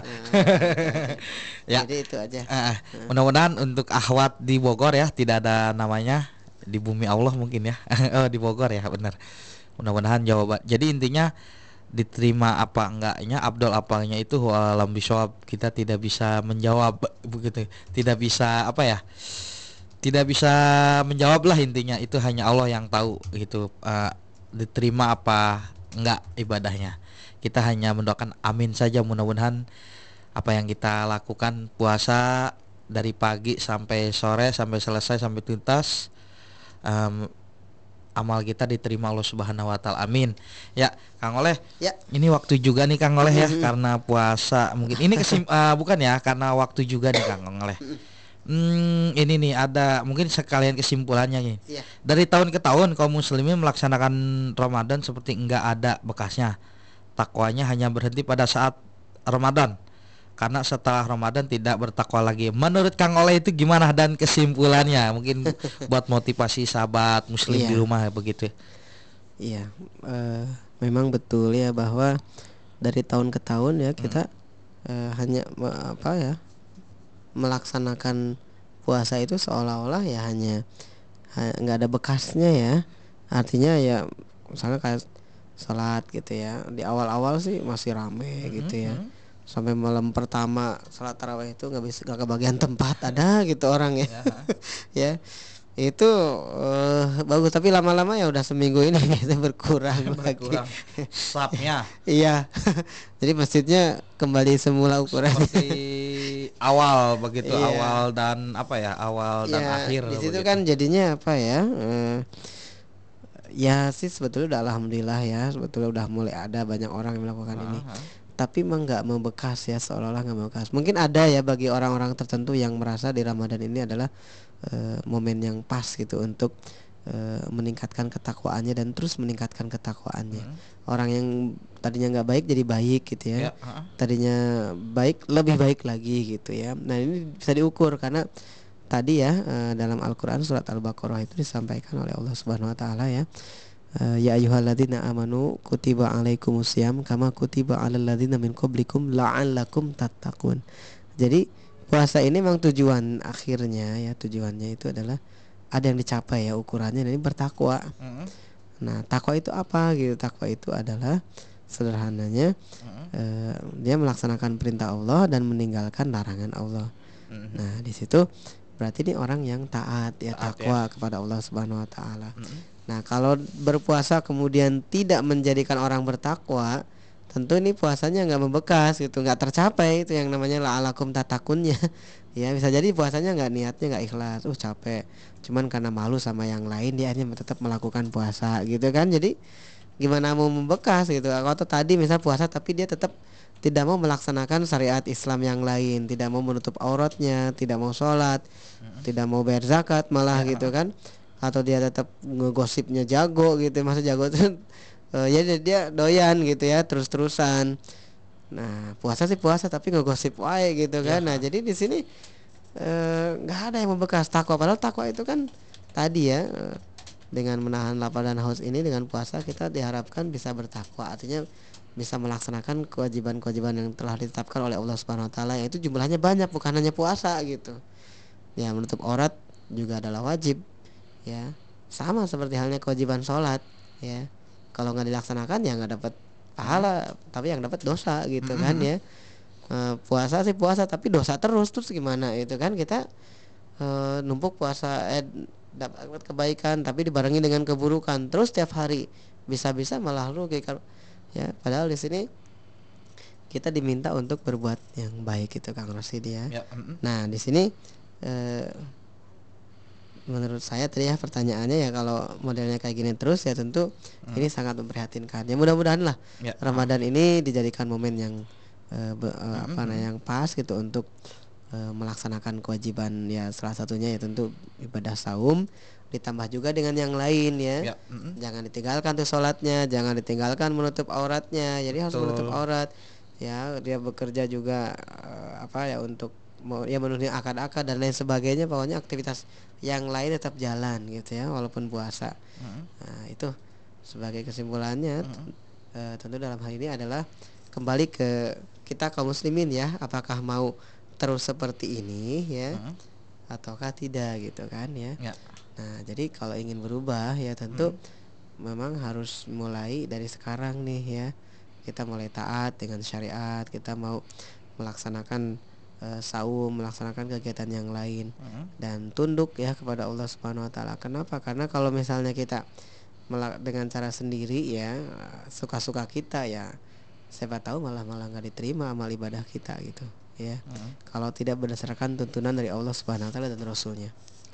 Ya. Jadi itu aja. Eh, mudah-mudahan untuk Ahwat di Bogor ya tidak ada namanya, di bumi Allah mungkin ya. Oh, di Bogor ya, benar. Mudah-mudahan jawaban. Jadi intinya diterima apa enggaknya, Abdul apanya itu alam bisawab, kita tidak bisa menjawab begitu. Tidak bisa apa ya? Tidak bisa menjawab lah, intinya itu hanya Allah yang tahu gitu. Eh, diterima apa enggak ibadahnya. Kita hanya mendoakan amin saja, mudah-mudahan apa yang kita lakukan puasa dari pagi sampai sore, sampai selesai, sampai tuntas, em, amal kita diterima Allah Subhanahu wa taala. Amin. Ya, Kang Oleh. Ya. Ini waktu juga nih Kang Oleh ya, karena puasa. Mungkin ini kesim eh, bukan ya, karena waktu juga nih Kang Oleh. Hmm, ini nih ada mungkin sekalian kesimpulannya nih. Iya. Dari tahun ke tahun kaum muslimin melaksanakan Ramadan seperti enggak ada bekasnya. Takwanya hanya berhenti pada saat Ramadan. Karena setelah Ramadan tidak bertakwa lagi. Menurut Kang Oleh itu gimana dan kesimpulannya? Mungkin buat motivasi sahabat muslim Iya. di rumah begitu. Iya, eh, memang betul ya bahwa dari tahun ke tahun ya kita eh, hanya me- apa ya, melaksanakan puasa itu seolah-olah ya hanya ha- nggak ada bekasnya ya. Artinya ya misalnya kayak sholat gitu ya, di awal-awal sih masih rame gitu ya, sampai malam pertama sholat tarawih itu nggak bisa nggak kebagian tempat ada gitu orang ya. Ya itu eh, bagus, tapi lama-lama ya udah seminggu ini kita berkurang, Berkurang lagi. slapnya Iya. Jadi masjidnya kembali semula ukurannya. seperti awal begitu, Iya. awal dan apa ya, awal dan Ya, akhir di situ begitu. kan jadinya apa ya, eh, ya sih sebetulnya udah alhamdulillah ya, sebetulnya udah mulai ada banyak orang yang melakukan ini. Aha. Tapi emang nggak membekas ya, seolah-olah nggak membekas. Mungkin ada ya bagi orang-orang tertentu yang merasa di Ramadan ini adalah eh, momen yang pas gitu untuk eh, meningkatkan ketakwaannya dan terus meningkatkan ketakwaannya. Hmm. Orang yang tadinya nggak baik jadi baik gitu ya. Ya, aha. Tadinya baik lebih baik lagi gitu ya. Nah ini bisa diukur karena tadi ya eh, dalam Al-Quran surat Al-Baqarah itu disampaikan oleh Allah Subhanahu Wa Taala ya. Uh, ya ayyuhalladzina amanu kutiba alaikumusiyam kama kutiba alal ladzina min qablikum la'allakum tattaqun. Jadi puasa ini memang tujuan akhirnya ya, tujuannya itu adalah ada yang dicapai ya ukurannya, dan ini bertakwa. Hmm. Nah, takwa itu apa gitu? Takwa itu adalah sederhananya Hmm. uh, dia melaksanakan perintah Allah dan meninggalkan larangan Allah. Hmm. Nah, di situ berarti ini orang yang taat ya, Taat, takwa kepada Allah Subhanahu Wa Taala. Hmm. Nah, kalau berpuasa kemudian tidak menjadikan orang bertakwa, tentu ini puasanya nggak membekas gitu, nggak tercapai itu yang namanya la'alakum tatakunnya. Ya bisa jadi puasanya nggak, niatnya nggak ikhlas, uh capek, cuman karena malu sama yang lain dia akhirnya tetap melakukan puasa gitu kan. Jadi gimana mau membekas gitu? Atau tadi misal puasa tapi dia tetap tidak mau melaksanakan syariat Islam yang lain, tidak mau menutup auratnya, tidak mau sholat, tidak mau bayar zakat malah gitu kan, atau dia tetap ngegosipnya jago gitu, masa jago tuh uh, ya dia, dia doyan gitu ya terus-terusan. Nah puasa sih puasa tapi ngegosip wae gitu kan. Nah jadi di sini nggak uh, ada yang membekas takwa, padahal takwa itu kan tadi ya uh, dengan menahan lapar dan haus ini, dengan puasa kita diharapkan bisa bertakwa, artinya bisa melaksanakan kewajiban-kewajiban yang telah ditetapkan oleh Allah Subhanahu Wa Taala, yang itu jumlahnya banyak, bukan hanya puasa gitu ya. Menutup aurat juga adalah wajib ya, sama seperti halnya kewajiban sholat ya. Kalau nggak dilaksanakan ya nggak dapat pahala, hmm. tapi yang dapat dosa gitu hmm. kan ya. E, puasa sih puasa tapi dosa terus, terus gimana itu kan, kita e, numpuk puasa eh, dapat kebaikan tapi dibarengi dengan keburukan terus tiap hari, bisa-bisa malah rugi kan ya. Padahal di sini kita diminta untuk berbuat yang baik itu Kang Rosid ya. Ya mm. Nah di sini e, menurut saya tadi ya pertanyaannya ya, kalau modelnya kayak gini terus ya tentu hmm. ini sangat memprihatinkan. Ya mudah-mudahan lah ya. Ramadan ini dijadikan momen yang uh, be, uh, hmm. apa namanya yang pas gitu untuk uh, melaksanakan kewajiban ya, salah satunya ya tentu ibadah saum, ditambah juga dengan yang lain ya. Ya. Hmm. Jangan ditinggalkan tuh sholatnya, jangan ditinggalkan menutup auratnya. Jadi harus menutup aurat ya. Dia bekerja juga uh, apa ya untuk mau ya memenuhi akad-akad dan lain sebagainya, pokoknya aktivitas yang lain tetap jalan gitu ya walaupun puasa. Mm-hmm. Nah itu sebagai kesimpulannya mm-hmm. t- e, tentu dalam hal ini adalah kembali ke kita kaum muslimin ya, apakah mau terus seperti ini ya mm-hmm. ataukah tidak gitu kan ya. Yeah. Nah jadi kalau ingin berubah ya tentu mm-hmm. memang harus mulai dari sekarang nih ya, kita mulai taat dengan syariat, kita mau melaksanakan Uh, saum, melaksanakan kegiatan yang lain uh-huh. dan tunduk ya kepada Allah Subhanahu Wa Taala. Kenapa? Karena kalau misalnya kita melak- dengan cara sendiri ya, suka-suka kita ya, siapa tahu malah malah nggak diterima amal ibadah kita gitu ya. Uh-huh. Kalau tidak berdasarkan tuntunan dari Allah Subhanahu Wa Taala dan Rasulnya.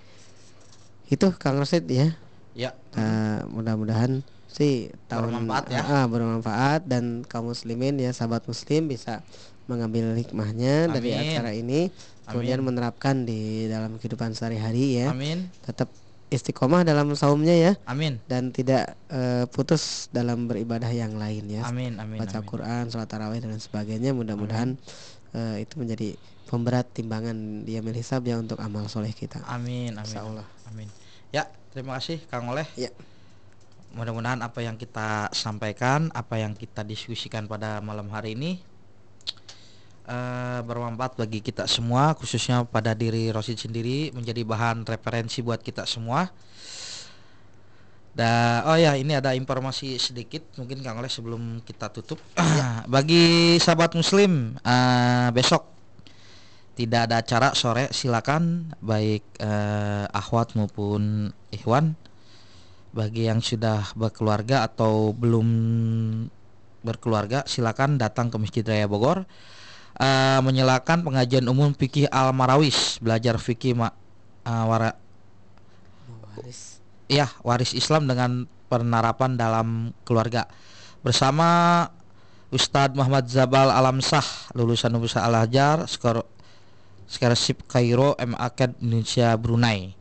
Itu Kang Rosid ya. Ya. Uh, mudah-mudahan sih tahun bermanfaat ya. Uh, bermanfaat dan kaum muslimin ya, sahabat muslim bisa mengambil hikmahnya Amin. Dari acara ini, kemudian Amin. Menerapkan di dalam kehidupan sehari-hari ya. Amin. Tetap istiqomah dalam saumnya ya. Amin. Dan tidak uh, putus dalam beribadah yang lain ya. Amin. Amin. Baca amin. Quran, sholat tarawih dan sebagainya. Mudah-mudahan uh, itu menjadi pemberat timbangan di yaumil hisab ya untuk amal soleh kita. Amin. Amin. Insyaallah. Amin. Ya, terima kasih Kang Oleh. Ya. Mudah-mudahan apa yang kita sampaikan, apa yang kita diskusikan pada malam hari ini Uh, bermanfaat bagi kita semua, khususnya pada diri Rosid sendiri, menjadi bahan referensi buat kita semua. Dan oh ya, ini ada informasi sedikit mungkin Kang Oleh sebelum kita tutup. Ya. Bagi sahabat muslim, uh, besok tidak ada acara sore, silakan baik uh, akhwat maupun ikhwan, bagi yang sudah berkeluarga atau belum berkeluarga, silakan datang ke Masjid Raya Bogor. Uh, menyalakan pengajian umum fikih Al-Marawis, belajar fikih ma, uh, wara, waris. Ya, waris Islam dengan penerapan dalam keluarga bersama Ustadz Muhammad Zabal Alamsah, lulusan Universitas Al-Azhar, Scholarship Kairo, M A C A D Indonesia Brunei.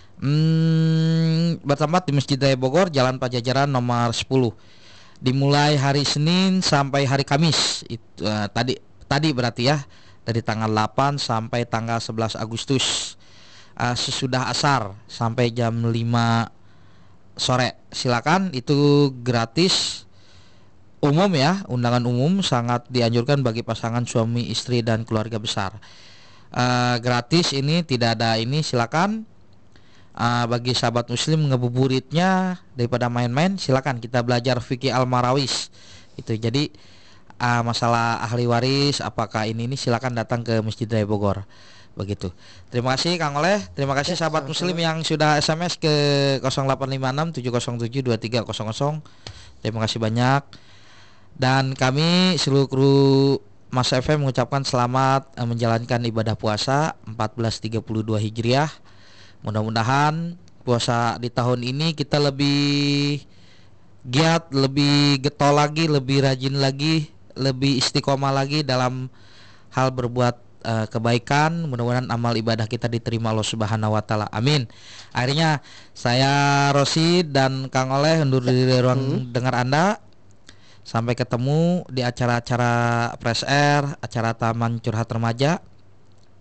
Hmm, bertempat di Masjid Raya Bogor, Jalan Pajajaran nomor sepuluh. Dimulai hari Senin sampai hari Kamis. Itu uh, tadi tadi berarti ya, dari tanggal delapan sampai tanggal sebelas Agustus. Uh, sesudah asar sampai jam lima sore. Silakan, itu gratis, umum ya, undangan umum, sangat dianjurkan bagi pasangan suami istri dan keluarga besar. Uh, gratis ini, tidak ada ini, silakan. Uh, bagi sahabat muslim ngebuburitnya daripada main-main, silakan kita belajar fikih al-marawis itu. Jadi uh, masalah ahli waris apakah ini ini silakan datang ke Masjid Raya Bogor begitu. Terima kasih Kang Oleh, terima kasih ya, sahabat sama-sama muslim yang sudah S M S ke nol delapan lima enam tujuh nol tujuh dua tiga nol nol. Terima kasih banyak. Dan kami seluruh kru Mas F M mengucapkan selamat uh, menjalankan ibadah puasa empat belas tiga puluh dua Hijriah. Mudah-mudahan puasa di tahun ini kita lebih giat, lebih getol lagi, lebih rajin lagi, lebih istiqomah lagi dalam hal berbuat uh, kebaikan. Mudah-mudahan amal ibadah kita diterima Allah Subhanahu wa taala. Amin. Akhirnya saya Rosi dan Kang Oleh undur diri dari ruang hmm. dengar Anda. Sampai ketemu di acara-acara Press Air, acara Taman Curhat Remaja.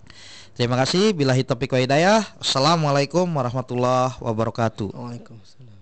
Terima kasih. Billahi taufiq wa hidayah. Assalamualaikum warahmatullahi wabarakatuh. Waalaikumsalam.